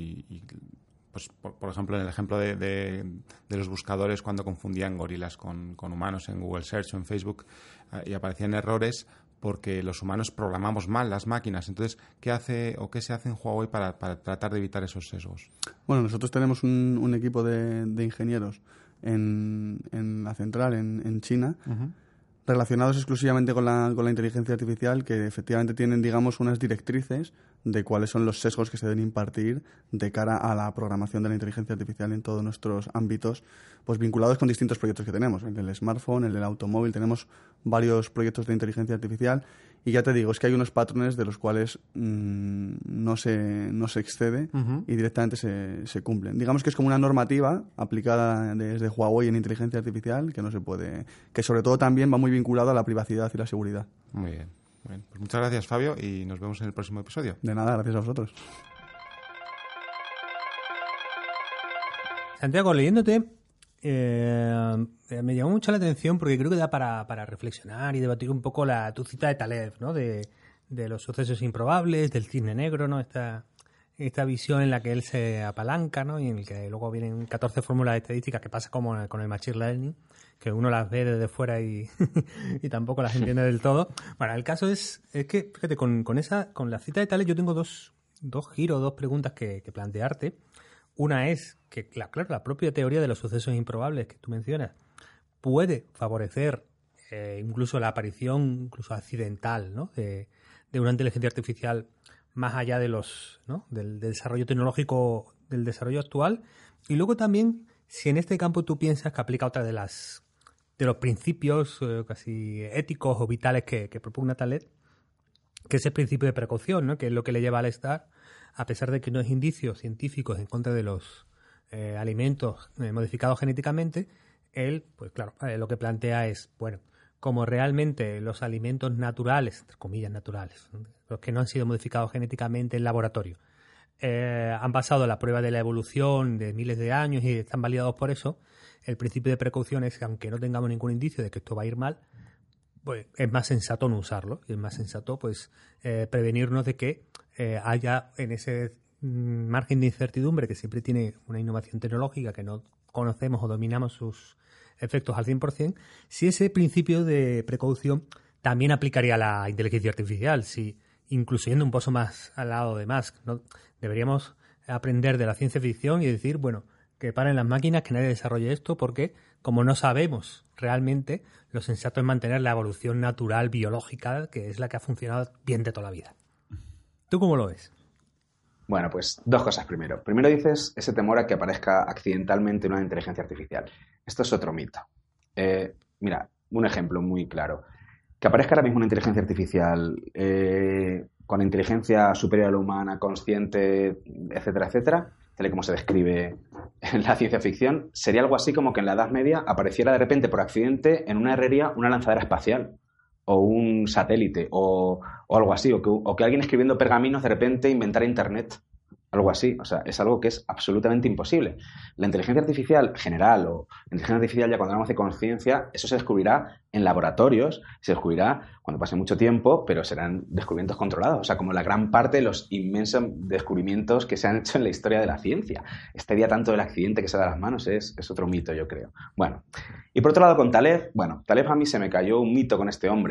pues, por ejemplo, en el ejemplo de los buscadores, cuando confundían gorilas con humanos en Google Search o en Facebook y aparecían errores, porque los humanos programamos mal las máquinas. Entonces, ¿qué hace o qué se hace en Huawei para tratar de evitar esos sesgos? Bueno, nosotros tenemos un equipo de ingenieros en la central en China, relacionados exclusivamente con la inteligencia artificial, que efectivamente tienen, digamos, unas directrices de cuáles son los sesgos que se deben impartir de cara a la programación de la inteligencia artificial en todos nuestros ámbitos, pues vinculados con distintos proyectos que tenemos, el del smartphone, el del automóvil. Tenemos varios proyectos de inteligencia artificial y ya te digo, es que hay unos patrones de los cuales no se excede y directamente se cumplen. Digamos que es como una normativa aplicada desde Huawei en inteligencia artificial que no se puede, que sobre todo también va muy vinculado a la privacidad y la seguridad. Muy bien. Bueno, pues muchas gracias, Fabio, y nos vemos en el próximo episodio. De nada, gracias a vosotros. Santiago, leyéndote, me llamó mucho la atención porque creo que da para reflexionar y debatir un poco tu cita de Taleb, ¿no? De los sucesos improbables, del cisne negro, ¿no? Esta visión en la que él se apalanca, ¿no? Y en el que luego vienen 14 fórmulas estadísticas que pasa como con el machine learning, que uno las ve desde fuera y tampoco las entiende del todo. Bueno, el caso es que, fíjate, con la cita de Taleb yo tengo dos giros, dos preguntas que plantearte. Una es que, claro, la propia teoría de los sucesos improbables que tú mencionas puede favorecer incluso la aparición, incluso accidental, ¿no? de una inteligencia artificial más allá de del desarrollo tecnológico, del desarrollo actual. Y luego también, si en este campo tú piensas que aplica otra de los principios casi éticos o vitales que propugna Taleb, que es el principio de precaución, ¿no? Que es lo que le lleva al estar, a pesar de que no hay indicios científicos en contra de los alimentos modificados genéticamente, él, pues claro, lo que plantea es, bueno, como realmente los alimentos naturales, entre comillas naturales, los que no han sido modificados genéticamente en laboratorio, han pasado la prueba de la evolución de miles de años y están validados por eso, el principio de precaución es que aunque no tengamos ningún indicio de que esto va a ir mal, pues es más sensato no usarlo y es más sensato pues prevenirnos de que haya en ese margen de incertidumbre que siempre tiene una innovación tecnológica que no conocemos o dominamos sus efectos al 100%, si ese principio de precaución también aplicaría a la inteligencia artificial, si incluso yendo un poco más al lado de Musk, ¿no? Deberíamos aprender de la ciencia ficción y decir, bueno, que paren las máquinas, que nadie desarrolle esto, porque como no sabemos realmente, lo sensato es mantener la evolución natural, biológica, que es la que ha funcionado bien de toda la vida. ¿Tú cómo lo ves? Bueno, pues dos cosas primero. Primero dices ese temor a que aparezca accidentalmente una inteligencia artificial. Esto es otro mito. Mira, un ejemplo muy claro. Que aparezca ahora mismo una inteligencia artificial con inteligencia superior a la humana, consciente, etcétera, etcétera, tal y como se describe en la ciencia ficción, sería algo así como que en la Edad Media apareciera de repente por accidente en una herrería una lanzadera espacial o un satélite o algo así, o que alguien escribiendo pergaminos de repente inventara Internet, algo así. O sea, es algo que es absolutamente imposible. La inteligencia artificial general o inteligencia artificial ya cuando hablamos de conciencia, eso se descubrirá en laboratorios, se descubrirá cuando pase mucho tiempo, pero serán descubrimientos controlados. O sea, como la gran parte de los inmensos descubrimientos que se han hecho en la historia de la ciencia. Este día tanto del accidente que se da a las manos es otro mito, yo creo. Bueno, y por otro lado con Taleb, Taleb a mí se me cayó un mito con este hombre,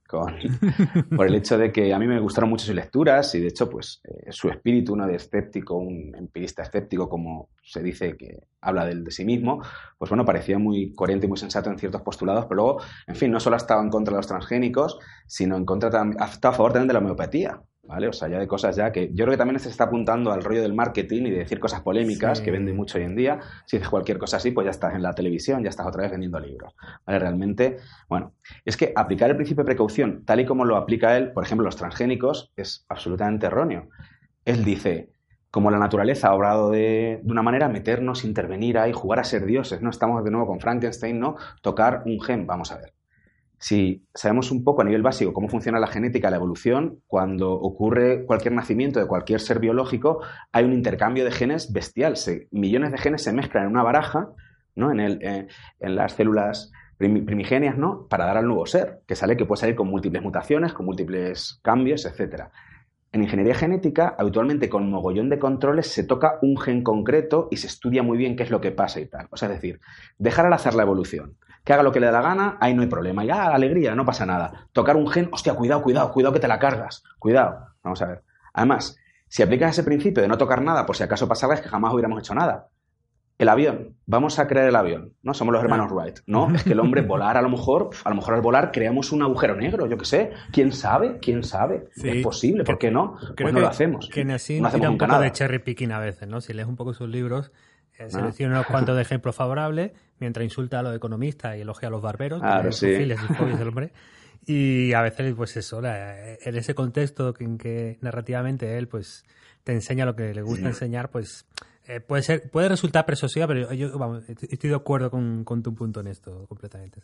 por el hecho de que a mí me gustaron mucho sus lecturas y, de hecho, pues su espíritu, ¿no?, de escéptico, un empirista escéptico, como se dice, que habla de sí mismo, pues bueno, parecía muy coherente y muy sensato en ciertos postulados, pero luego, en fin, no solo ha estado en contra de los transgénicos, sino ha estado a favor también de la homeopatía. ¿Vale? O sea, ya de cosas ya que yo creo que también se está apuntando al rollo del marketing y de decir cosas polémicas que vende mucho hoy en día. Si dices cualquier cosa así, pues ya estás en la televisión, ya estás otra vez vendiendo libros. ¿Vale? Realmente, bueno, es que aplicar el principio de precaución tal y como lo aplica él, por ejemplo, los transgénicos, es absolutamente erróneo. Él dice, como la naturaleza ha obrado de una manera, meternos, intervenir ahí, jugar a ser dioses, ¿no? Estamos de nuevo con Frankenstein, ¿no? Tocar un gen, vamos a ver. Si sabemos un poco a nivel básico cómo funciona la genética, la evolución, cuando ocurre cualquier nacimiento de cualquier ser biológico, hay un intercambio de genes bestial. Millones de genes se mezclan en una baraja, ¿no?, en las células primigenias, ¿no?, para dar al nuevo ser, que puede salir con múltiples mutaciones, con múltiples cambios, etc. En ingeniería genética, habitualmente con mogollón de controles, se toca un gen concreto y se estudia muy bien qué es lo que pasa y tal. O sea, es decir, dejar al azar la evolución. Que haga lo que le da la gana, ahí no hay problema. Y alegría, no pasa nada. Tocar un gen, hostia, cuidado que te la cargas. Cuidado. Vamos a ver. Además, si aplicas ese principio de no tocar nada por si acaso pasa algo, es que jamás hubiéramos hecho nada. El avión, vamos a crear el avión, ¿no? Somos los hermanos Wright. No, es que el hombre volar a lo mejor al volar creamos un agujero negro, yo qué sé. ¿Quién sabe? Sí, es posible, ¿por qué no? Pues no lo hacemos. Que Nassim no hacemos tira un poco nada. de cherry picking a veces, ¿no? Si lees un poco sus libros, selecciona unos cuantos de ejemplos favorables, mientras insulta a los economistas y elogia a los barberos, claro, sí. Files y fobias del hombre. Y a veces, pues eso, en ese contexto en que narrativamente él pues te enseña lo que le gusta enseñar, pues puede resultar persuasiva, pero yo estoy de acuerdo con tu punto en esto completamente.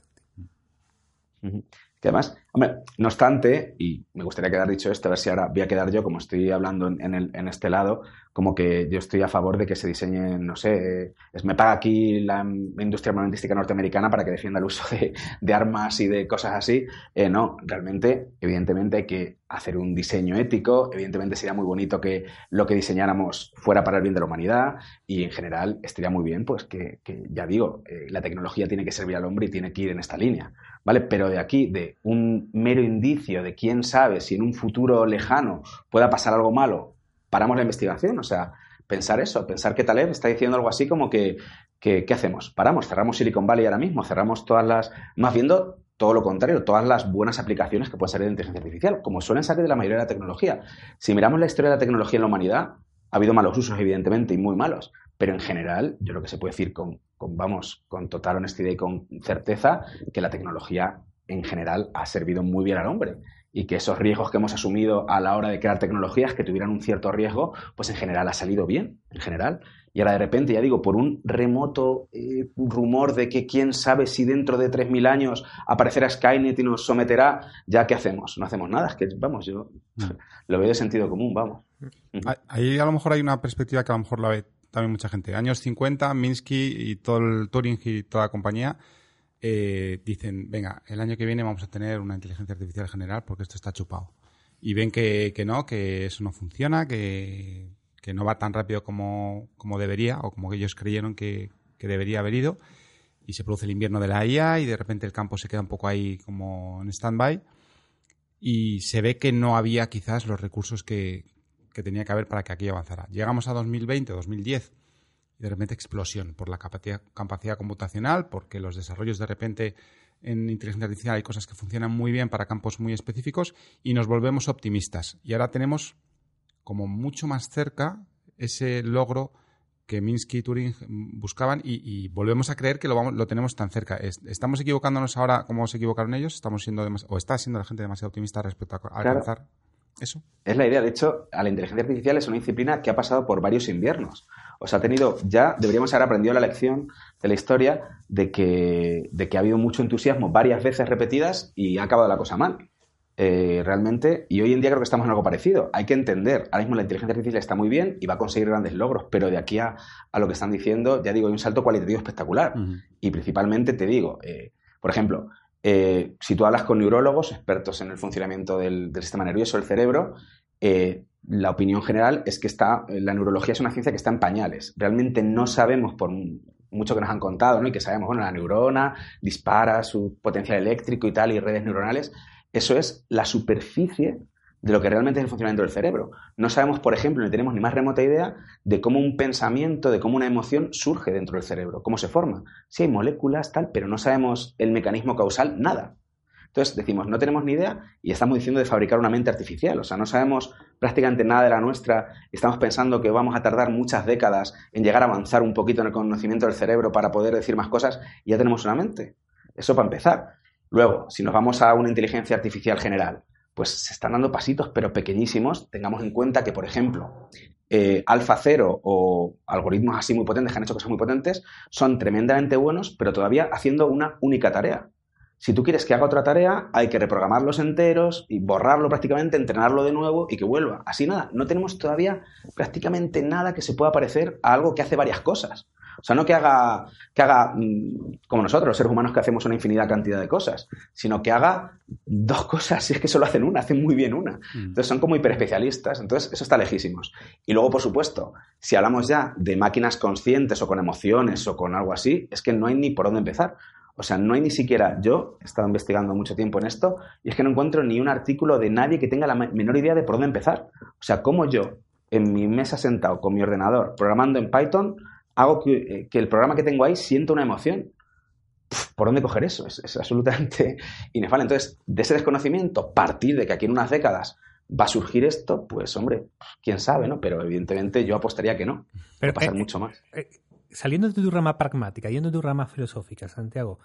Que además, hombre, no obstante, y me gustaría quedar dicho esto, a ver si ahora voy a quedar yo, como estoy hablando en este lado, como que yo estoy a favor de que se diseñen, no sé, me paga aquí la industria armamentística norteamericana para que defienda el uso de armas y de cosas así. No, realmente, evidentemente hay que hacer un diseño ético, evidentemente sería muy bonito que lo que diseñáramos fuera para el bien de la humanidad y en general estaría muy bien, pues que ya digo, la tecnología tiene que servir al hombre y tiene que ir en esta línea, ¿vale? Pero de aquí, de un mero indicio de quién sabe si en un futuro lejano pueda pasar algo malo, paramos la investigación. O sea, pensar que Taleb está diciendo algo así como que ¿qué hacemos? Paramos, cerramos Silicon Valley ahora mismo, cerramos más viendo todo lo contrario, todas las buenas aplicaciones que pueden salir de inteligencia artificial, como suelen salir de la mayoría de la tecnología. Si miramos la historia de la tecnología en la humanidad, ha habido malos usos, evidentemente, y muy malos, pero en general, yo creo que se puede decir con total honestidad y con certeza que la tecnología en general ha servido muy bien al hombre y que esos riesgos que hemos asumido a la hora de crear tecnologías que tuvieran un cierto riesgo, pues en general ha salido bien, en general. Y ahora de repente, ya digo, por un remoto rumor de que quién sabe si dentro de 3.000 años aparecerá Skynet y nos someterá, ¿ya qué hacemos? No hacemos nada, es que, vamos, yo lo veo de sentido común, vamos. Ahí a lo mejor hay una perspectiva que a lo mejor la ve también mucha gente. Años 50, Minsky y todo el Turing y toda la compañía dicen, venga, el año que viene vamos a tener una inteligencia artificial general porque esto está chupado. Y ven que eso no funciona, que no va tan rápido como debería o como ellos creyeron que debería haber ido, y se produce el invierno de la IA y de repente el campo se queda un poco ahí como en stand-by y se ve que no había quizás los recursos que tenía que haber para que aquello avanzara. Llegamos a 2020, 2010 y de repente explosión por la capacidad computacional, porque los desarrollos de repente en inteligencia artificial hay cosas que funcionan muy bien para campos muy específicos y nos volvemos optimistas. Y ahora tenemos como mucho más cerca ese logro que Minsky y Turing buscaban y volvemos a creer que lo tenemos tan cerca. ¿Estamos equivocándonos ahora como se equivocaron ellos? ¿Estamos siendo está siendo la gente demasiado optimista respecto a alcanzar eso? Es la idea. De hecho, a la inteligencia artificial es una disciplina que ha pasado por varios inviernos. O sea, deberíamos haber aprendido la lección de la historia de que ha habido mucho entusiasmo varias veces repetidas y ha acabado la cosa mal. Realmente, y hoy en día creo que estamos en algo parecido. Hay que entender, ahora mismo la inteligencia artificial está muy bien y va a conseguir grandes logros, pero de aquí a lo que están diciendo, ya digo, hay un salto cualitativo espectacular. Uh-huh. Y principalmente te digo, por ejemplo, si tú hablas con neurólogos, expertos en el funcionamiento del sistema nervioso, del cerebro, la opinión general es que la neurología es una ciencia que está en pañales. Realmente no sabemos, por mucho que nos han contado, ¿no? Y que sabemos, bueno, la neurona dispara su potencial eléctrico y tal, y redes neuronales. Eso es la superficie de lo que realmente es el funcionamiento del cerebro. No sabemos, por ejemplo, ni tenemos ni más remota idea de cómo un pensamiento, de cómo una emoción surge dentro del cerebro, cómo se forma. Sí hay moléculas, tal, pero no sabemos el mecanismo causal, nada. Entonces decimos, no tenemos ni idea y estamos diciendo de fabricar una mente artificial. O sea, no sabemos prácticamente nada de la nuestra. Estamos pensando que vamos a tardar muchas décadas en llegar a avanzar un poquito en el conocimiento del cerebro para poder decir más cosas y ya tenemos una mente. Eso para empezar. Luego, si nos vamos a una inteligencia artificial general, pues se están dando pasitos, pero pequeñísimos. Tengamos en cuenta que, por ejemplo, AlphaZero o algoritmos así muy potentes que han hecho cosas muy potentes son tremendamente buenos, pero todavía haciendo una única tarea. Si tú quieres que haga otra tarea, hay que reprogramarlos enteros y borrarlo prácticamente, entrenarlo de nuevo y que vuelva. Así nada, no tenemos todavía prácticamente nada que se pueda parecer a algo que hace varias cosas. O sea, no que haga como nosotros, los seres humanos, que hacemos una infinidad cantidad de cosas, sino que haga dos cosas, si es que solo hacen una, hacen muy bien una. Entonces son como hiperespecialistas, entonces eso está lejísimos. Y luego, por supuesto, si hablamos ya de máquinas conscientes o con emociones o con algo así, es que no hay ni por dónde empezar. O sea, no hay ni siquiera, yo he estado investigando mucho tiempo en esto y es que no encuentro ni un artículo de nadie que tenga la menor idea de por dónde empezar. O sea, cómo yo, en mi mesa sentado con mi ordenador, programando en Python, hago que el programa que tengo ahí sienta una emoción. ¿Por dónde coger eso? Es absolutamente inefable. Entonces, de ese desconocimiento, partir de que aquí en unas décadas va a surgir esto, pues hombre, quién sabe, ¿no? Pero evidentemente yo apostaría que no. Va a pasar mucho más. Saliendo de tu rama pragmática, yendo de tu rama filosófica, Santiago,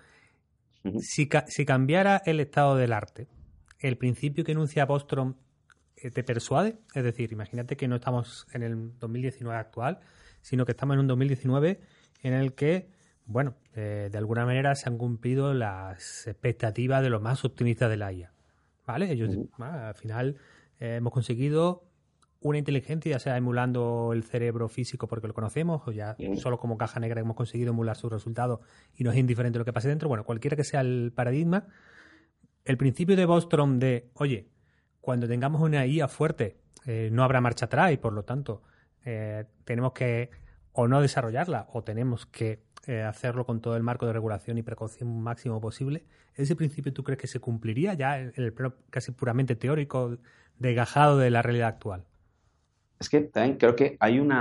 si cambiara el estado del arte, ¿el principio que enuncia Bostrom te persuade? Es decir, imagínate que no estamos en el 2019 actual, sino que estamos en un 2019 en el que, bueno, de alguna manera se han cumplido las expectativas de los más optimistas de la IA. ¿Vale? Ellos, al final, hemos conseguido una inteligencia, ya sea emulando el cerebro físico porque lo conocemos, o ya solo como caja negra hemos conseguido emular sus resultados y nos es indiferente lo que pase dentro. Bueno, cualquiera que sea el paradigma, el principio de Bostrom de, oye, cuando tengamos una IA fuerte, no habrá marcha atrás y por lo tanto tenemos que o no desarrollarla o tenemos que hacerlo con todo el marco de regulación y precaución máximo posible. ¿Ese principio tú crees que se cumpliría ya en el plano casi puramente teórico, desgajado de la realidad actual? Es que también creo que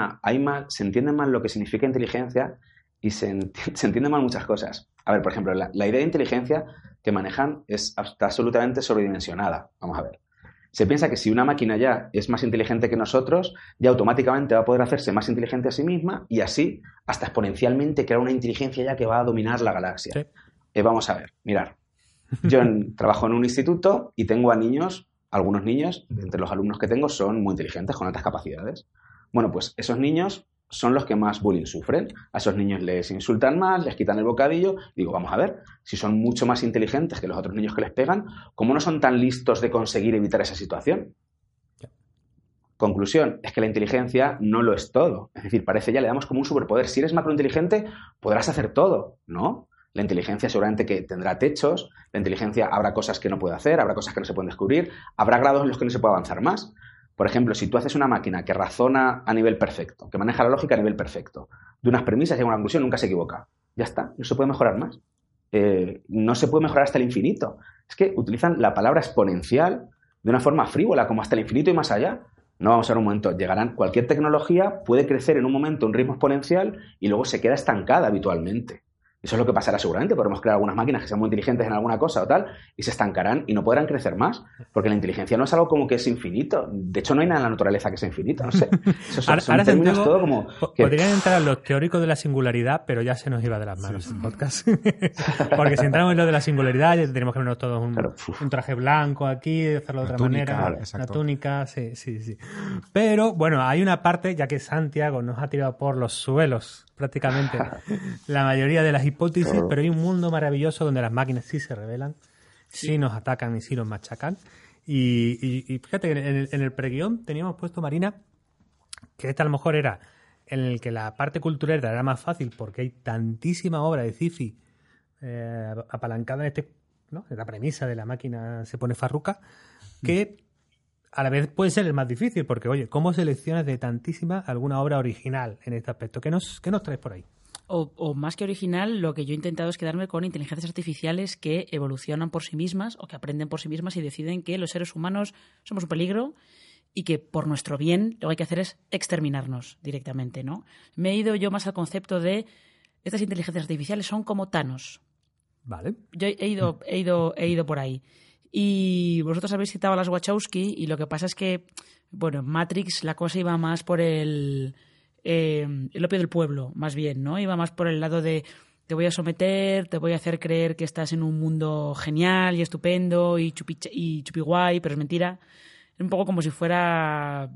se entiende mal lo que significa inteligencia y se entienden mal muchas cosas. A ver, por ejemplo, la idea de inteligencia que manejan está absolutamente sobredimensionada. Vamos a ver. Se piensa que si una máquina ya es más inteligente que nosotros, ya automáticamente va a poder hacerse más inteligente a sí misma y así hasta exponencialmente crear una inteligencia ya que va a dominar la galaxia. Sí. Vamos a ver, mirar. Yo trabajo en un instituto y tengo a niños. Algunos niños, entre los alumnos que tengo, son muy inteligentes, con altas capacidades. Bueno, pues esos niños son los que más bullying sufren. A esos niños les insultan más, les quitan el bocadillo. Digo, vamos a ver, si son mucho más inteligentes que los otros niños que les pegan, ¿cómo no son tan listos de conseguir evitar esa situación? Conclusión, es que la inteligencia no lo es todo. Es decir, parece ya le damos como un superpoder. Si eres macrointeligente, podrás hacer todo, ¿no? La inteligencia seguramente que tendrá techos, la inteligencia habrá cosas que no puede hacer, habrá cosas que no se pueden descubrir, habrá grados en los que no se puede avanzar más. Por ejemplo, si tú haces una máquina que razona a nivel perfecto, que maneja la lógica a nivel perfecto, de unas premisas llega a una conclusión, nunca se equivoca. Ya está, no se puede mejorar más. No se puede mejorar hasta el infinito. Es que utilizan la palabra exponencial de una forma frívola, como hasta el infinito y más allá. No vamos a ver un momento, cualquier tecnología puede crecer en un momento a un ritmo exponencial y luego se queda estancada habitualmente. Eso es lo que pasará seguramente. Podremos crear algunas máquinas que sean muy inteligentes en alguna cosa o tal y se estancarán y no podrán crecer más. Porque la inteligencia no es algo como que es infinito. De hecho, no hay nada en la naturaleza que sea infinito. No sé. Son términos todo como... Podrían entrar los teóricos de la singularidad, pero ya se nos iba de las manos el podcast. Porque si entramos en lo de la singularidad, ya tenemos que ponernos todos un traje blanco aquí, hacerlo de otra manera. Una túnica, sí. Pero, bueno, hay una parte, ya que Santiago nos ha tirado por los suelos prácticamente la mayoría de las hipótesis, pero hay un mundo maravilloso donde las máquinas sí se rebelan, sí nos atacan y sí nos machacan. Y fíjate que en el preguión teníamos puesto, Marina, que esta a lo mejor era en el que la parte cultural era más fácil porque hay tantísima obra de sci-fi apalancada en ¿no? En la premisa de la máquina se pone farruca, que a la vez puede ser el más difícil, porque, oye, ¿cómo seleccionas de tantísima alguna obra original en este aspecto? ¿Qué nos traes por ahí? o más que original, lo que yo he intentado es quedarme con inteligencias artificiales que evolucionan por sí mismas o que aprenden por sí mismas y deciden que los seres humanos somos un peligro y que por nuestro bien lo que hay que hacer es exterminarnos directamente, ¿no? Me he ido yo más al concepto de estas inteligencias artificiales son como Thanos. Vale. Yo he ido por ahí. Y vosotros habéis citado a las Wachowski y lo que pasa es que, bueno, en Matrix la cosa iba más por el opio del pueblo, más bien, ¿no? Iba más por el lado de te voy a someter, te voy a hacer creer que estás en un mundo genial y estupendo y chupi guay, pero es mentira. Es un poco como si fuera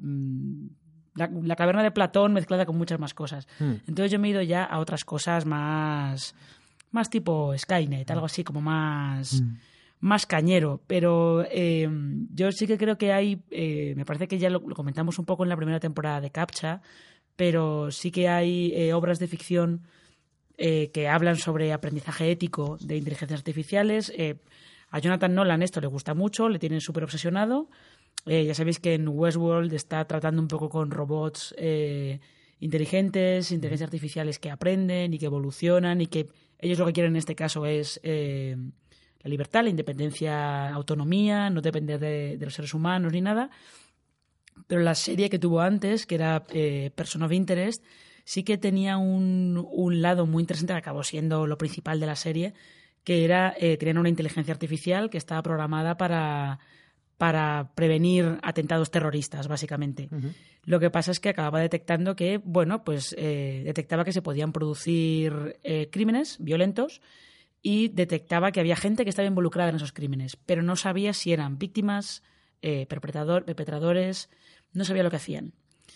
la caverna de Platón mezclada con muchas más cosas. Entonces yo me he ido ya a otras cosas más tipo Skynet, algo así como más cañero. Pero yo sí que creo que hay, me parece que ya lo comentamos un poco en la primera temporada de CAPTCHA, pero sí que hay obras de ficción que hablan sobre aprendizaje ético de inteligencias artificiales. A Jonathan Nolan esto le gusta mucho, le tienen súper obsesionado. Ya sabéis que en Westworld está tratando un poco con robots inteligentes, inteligencias artificiales que aprenden y que evolucionan y que ellos lo que quieren en este caso es la libertad, la independencia, autonomía, no depender de los seres humanos ni nada. Pero la serie que tuvo antes, que era Person of Interest, sí que tenía un lado muy interesante que acabó siendo lo principal de la serie, que era tenían una inteligencia artificial que estaba programada para prevenir atentados terroristas, básicamente. Lo que pasa es que acababa detectando que, bueno, pues detectaba que se podían producir crímenes violentos y detectaba que había gente que estaba involucrada en esos crímenes, pero no sabía si eran víctimas, perpetradores, no sabía lo que hacían.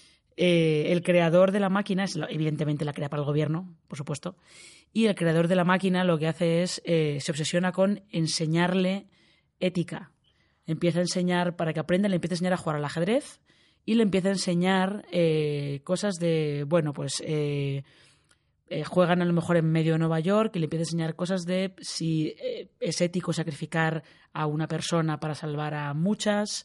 El creador de la máquina, evidentemente la crea para el gobierno, por supuesto, y el creador de la máquina lo que hace es, se obsesiona con enseñarle ética. Empieza a enseñar, para que aprenda, le empieza a enseñar a jugar al ajedrez y le empieza a enseñar cosas de, bueno, pues juegan a lo mejor en medio de Nueva York y le empieza a enseñar cosas de si es ético sacrificar a una persona para salvar a muchas,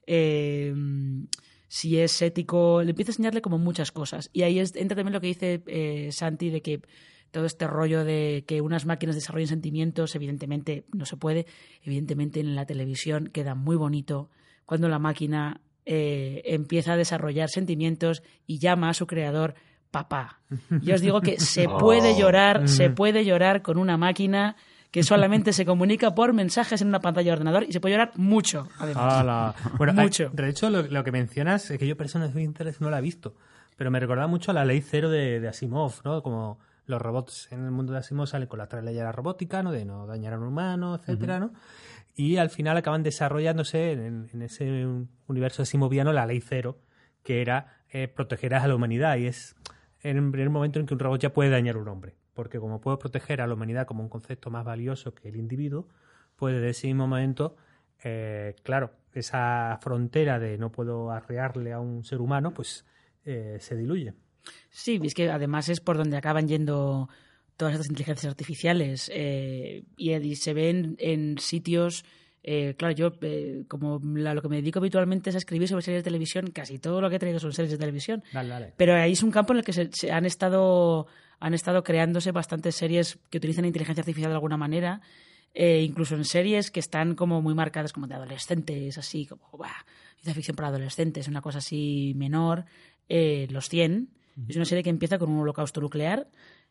si es ético, le empieza a enseñarle como muchas cosas. Y ahí entra también lo que dice Santi de que todo este rollo de que unas máquinas desarrollen sentimientos, evidentemente no se puede. Evidentemente en la televisión queda muy bonito cuando la máquina empieza a desarrollar sentimientos y llama a su creador papá. Yo os digo que se puede llorar con una máquina que solamente se comunica por mensajes en una pantalla de ordenador y se puede llorar mucho, además. Bueno, mucho. De hecho, lo que mencionas es que yo Person of Interest no la he visto, pero me recordaba mucho a la ley cero de Asimov, ¿no? Como los robots en el mundo de Asimov salen con las tres leyes de la robótica, ¿no? De no dañar a un humano, etcétera, ¿no? Y al final acaban desarrollándose en ese universo asimoviano la ley cero, que era proteger a la humanidad, y es en el primer momento en que un robot ya puede dañar a un hombre, porque como puedo proteger a la humanidad como un concepto más valioso que el individuo, pues desde ese mismo momento, claro, esa frontera de no puedo arrearle a un ser humano, pues se diluye. Sí, es que además es por donde acaban yendo todas estas inteligencias artificiales y se ven en sitios... claro, yo como lo que me dedico habitualmente es a escribir sobre series de televisión, casi todo lo que he traído son series de televisión. Dale. Pero ahí es un campo en el que se han estado creándose bastantes series que utilizan inteligencia artificial de alguna manera, incluso en series que están como muy marcadas como de adolescentes, así como ciencia ficción para adolescentes, una cosa así menor. Los 100 es una serie que empieza con un holocausto nuclear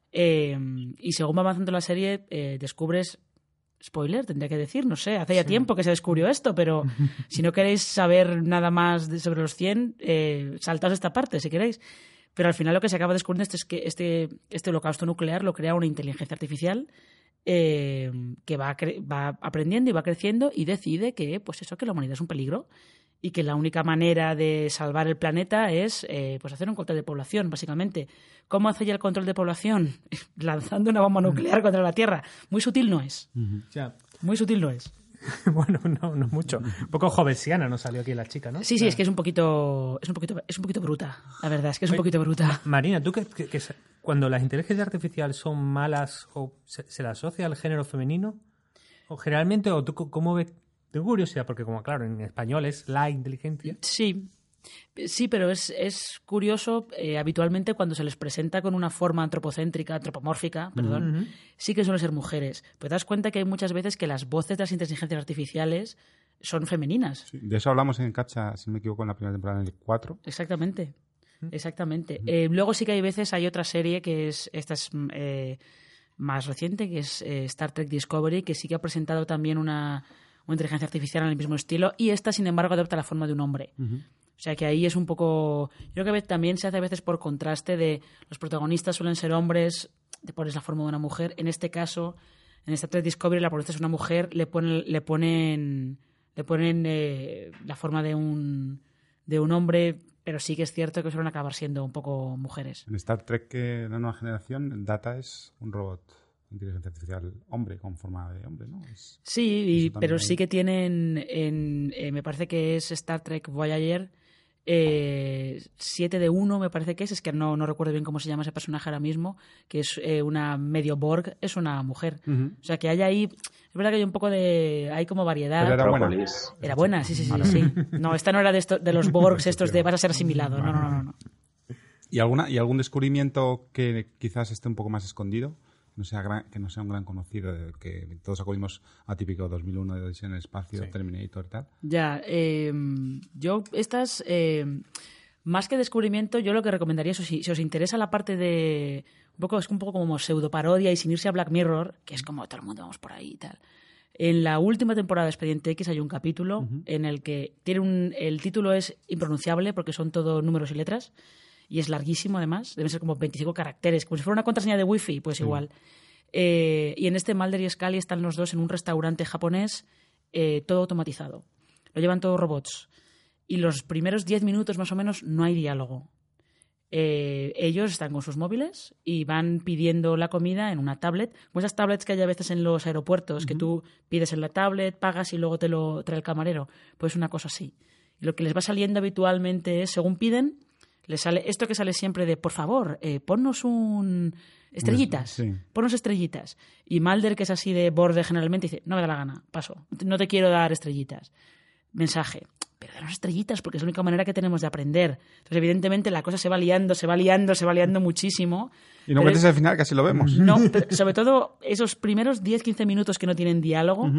y según va avanzando la serie descubres... Spoiler, tendría que decir, no sé, hace ya tiempo que se descubrió esto, pero si no queréis saber nada más sobre los 100, saltaos esta parte si queréis. Pero al final lo que se acaba descubriendo es que este holocausto nuclear lo crea una inteligencia artificial que va aprendiendo y va creciendo y decide que, pues eso, que la humanidad es un peligro y que la única manera de salvar el planeta es pues hacer un control de población, básicamente. ¿Cómo hace ya el control de población? Lanzando una bomba nuclear contra la Tierra. Muy sutil no es. Muy sutil no es. Bueno, no mucho. Un poco jovensiana nos salió aquí la chica, ¿no? Sí, es que es un poquito bruta. La verdad es que es un poquito bruta. Marina, ¿tú que cuando las inteligencias artificiales son malas o se le asocia al género femenino? ¿O generalmente, o tú cómo ves? Tengo curiosidad porque como claro, en español es la inteligencia. Sí. Sí, pero es curioso, habitualmente cuando se les presenta con una forma antropomórfica, perdón, sí que suelen ser mujeres. Pero te das cuenta que hay muchas veces que las voces de las inteligencias artificiales son femeninas. Sí, de eso hablamos en Captcha, si no me equivoco, en la primera temporada, en el 4. Exactamente. Luego sí que hay otra serie que esta es más reciente, que es Star Trek Discovery, que sí que ha presentado también una inteligencia artificial en el mismo estilo, y esta, sin embargo, adopta la forma de un hombre. O sea que ahí es un poco... Yo creo que también se hace a veces por contraste de los protagonistas suelen ser hombres, te pones la forma de una mujer. En este caso, en Star Trek Discovery, la protagonista es una mujer, le ponen la forma de un hombre, pero sí que es cierto que suelen acabar siendo un poco mujeres. En Star Trek, la nueva generación, Data es un robot de inteligencia artificial hombre, con forma de hombre, ¿no? Sí, pero sí que tienen, me parece que es Star Trek Voyager, 7 de 1 me parece que es que no recuerdo bien cómo se llama ese personaje ahora mismo, que es una medio Borg, es una mujer. O sea que hay ahí, es verdad que hay un poco hay como variedad. Pero era buena. Era buena, sí. No, esta no era de los Borgs estos de vas a ser asimilado, no. ¿Y algún descubrimiento que quizás esté un poco más escondido? Que no sea un gran conocido, que todos acudimos a típico 2001 de Odisea en el espacio, sí. Terminator y tal. Ya, yo estas, más que descubrimiento, yo lo que recomendaría, si os interesa la parte de, es un poco como pseudoparodia y sin irse a Black Mirror, que es como todo el mundo vamos por ahí y tal. En la última temporada de Expediente X hay un capítulo en el que el título es impronunciable porque son todo números y letras. Y es larguísimo, además. Deben ser como 25 caracteres. Como si fuera una contraseña de wifi, pues igual. Y en este Mulder y Scully están los dos en un restaurante japonés, todo automatizado. Lo llevan todos robots. Y los primeros 10 minutos, más o menos, no hay diálogo. Ellos están con sus móviles y van pidiendo la comida en una tablet. Como esas tablets que hay a veces en los aeropuertos, que tú pides en la tablet, pagas y luego te lo trae el camarero. Pues una cosa así. Y lo que les va saliendo habitualmente es, según piden... Les sale esto que sale siempre de, por favor, ponnos estrellitas, sí. Ponnos estrellitas. Y Mulder, que es así de borde generalmente, dice, no me da la gana, paso, no te quiero dar estrellitas. Mensaje, pero danos estrellitas porque es la única manera que tenemos de aprender. Entonces, evidentemente, la cosa se va liando muchísimo. Y no metes al final, casi lo vemos. No, pero sobre todo esos primeros 10-15 minutos que no tienen diálogo...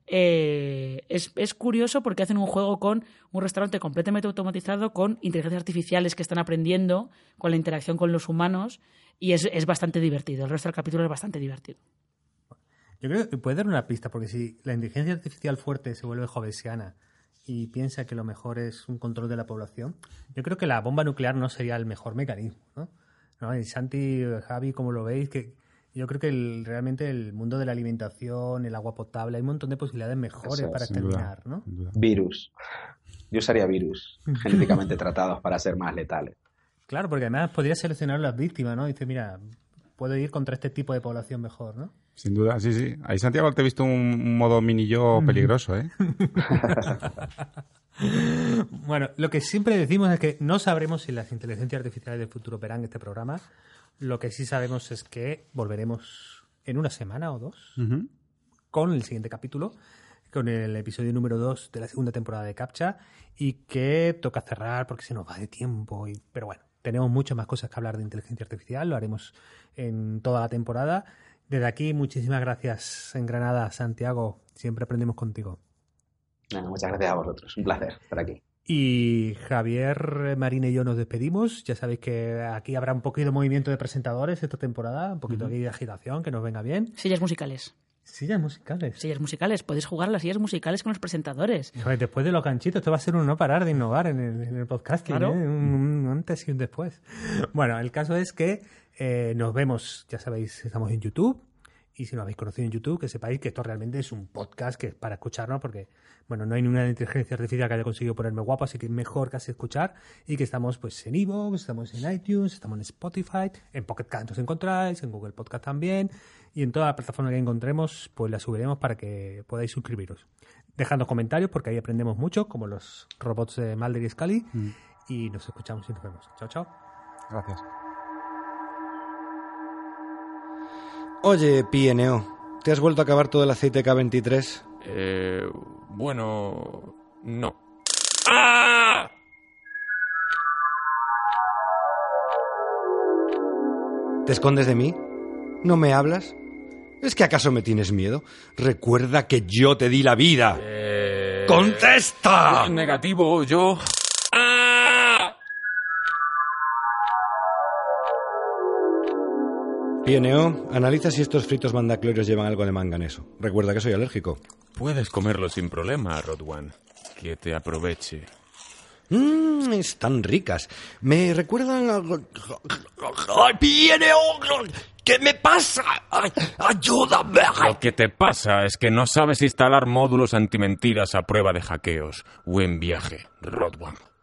Es curioso porque hacen un juego con un restaurante completamente automatizado con inteligencias artificiales que están aprendiendo con la interacción con los humanos y es bastante divertido. El resto del capítulo es bastante divertido. Yo creo que puede dar una pista, porque si la inteligencia artificial fuerte se vuelve jovesiana y piensa que lo mejor es un control de la población, yo creo que la bomba nuclear no sería el mejor mecanismo, ¿no? Y Santi, Javi, ¿cómo lo veis? Yo creo que realmente el mundo de la alimentación, el agua potable, hay un montón de posibilidades mejores para exterminar, ¿no? Virus. Yo usaría virus genéticamente tratados para ser más letales. Claro, porque además podría seleccionar las víctimas, ¿no? Dice, mira, puedo ir contra este tipo de población mejor, ¿no? Sin duda, sí. Ahí, Santiago, te he visto un modo mini yo peligroso, ¿eh? Bueno, lo que siempre decimos es que no sabremos si las inteligencias artificiales del futuro verán este programa. Lo que sí sabemos es que volveremos en una semana o dos con el siguiente capítulo, con el episodio número 2 de la segunda temporada de Captcha, y que toca cerrar porque se nos va de tiempo. Pero bueno, tenemos muchas más cosas que hablar de inteligencia artificial, lo haremos en toda la temporada. Desde aquí, muchísimas gracias en Granada, Santiago, siempre aprendemos contigo. Muchas gracias a vosotros, un placer estar aquí. Y Javier, Marina y yo nos despedimos. Ya sabéis que aquí habrá un poquito de movimiento de presentadores esta temporada, un poquito aquí de agitación, que nos venga bien. Sillas musicales. Sillas musicales. Podéis jugar a las sillas musicales con los presentadores. Después de los ganchitos, esto va a ser un no parar de innovar en el podcasting, claro. Un antes y un después. Bueno, el caso es que nos vemos, ya sabéis, estamos en YouTube. Y si no habéis conocido en YouTube, que sepáis que esto realmente es un podcast que es para escucharnos, porque bueno, no hay ninguna inteligencia artificial que haya conseguido ponerme guapo, así que mejor casi escuchar. Y que estamos pues en iVoox, estamos en iTunes, estamos en Spotify, en Pocket Cast os encontráis, en Google Podcast también, y en toda la plataforma que encontremos, pues la subiremos para que podáis suscribiros. Dejadnos comentarios, porque ahí aprendemos mucho, como los robots de Mulder y Scully, y nos escuchamos y nos vemos. Chao, chao. Gracias. Oye, PNO, ¿te has vuelto a acabar todo el aceite K23? Bueno, no. ¡Ah! ¿Te escondes de mí? ¿No me hablas? ¿Es que acaso me tienes miedo? Recuerda que yo te di la vida. ¡Contesta! Negativo, yo... PNO, analiza si estos fritos mandaclorios llevan algo de manganeso. Recuerda que soy alérgico. Puedes comerlo sin problema, Rod One. Que te aproveche. Están ricas. Me recuerdan a... ¡Ay, PNO! ¿Qué me pasa? ¡Ay, ayúdame! Lo que te pasa es que no sabes instalar módulos antimentiras a prueba de hackeos. Buen viaje, Rod One.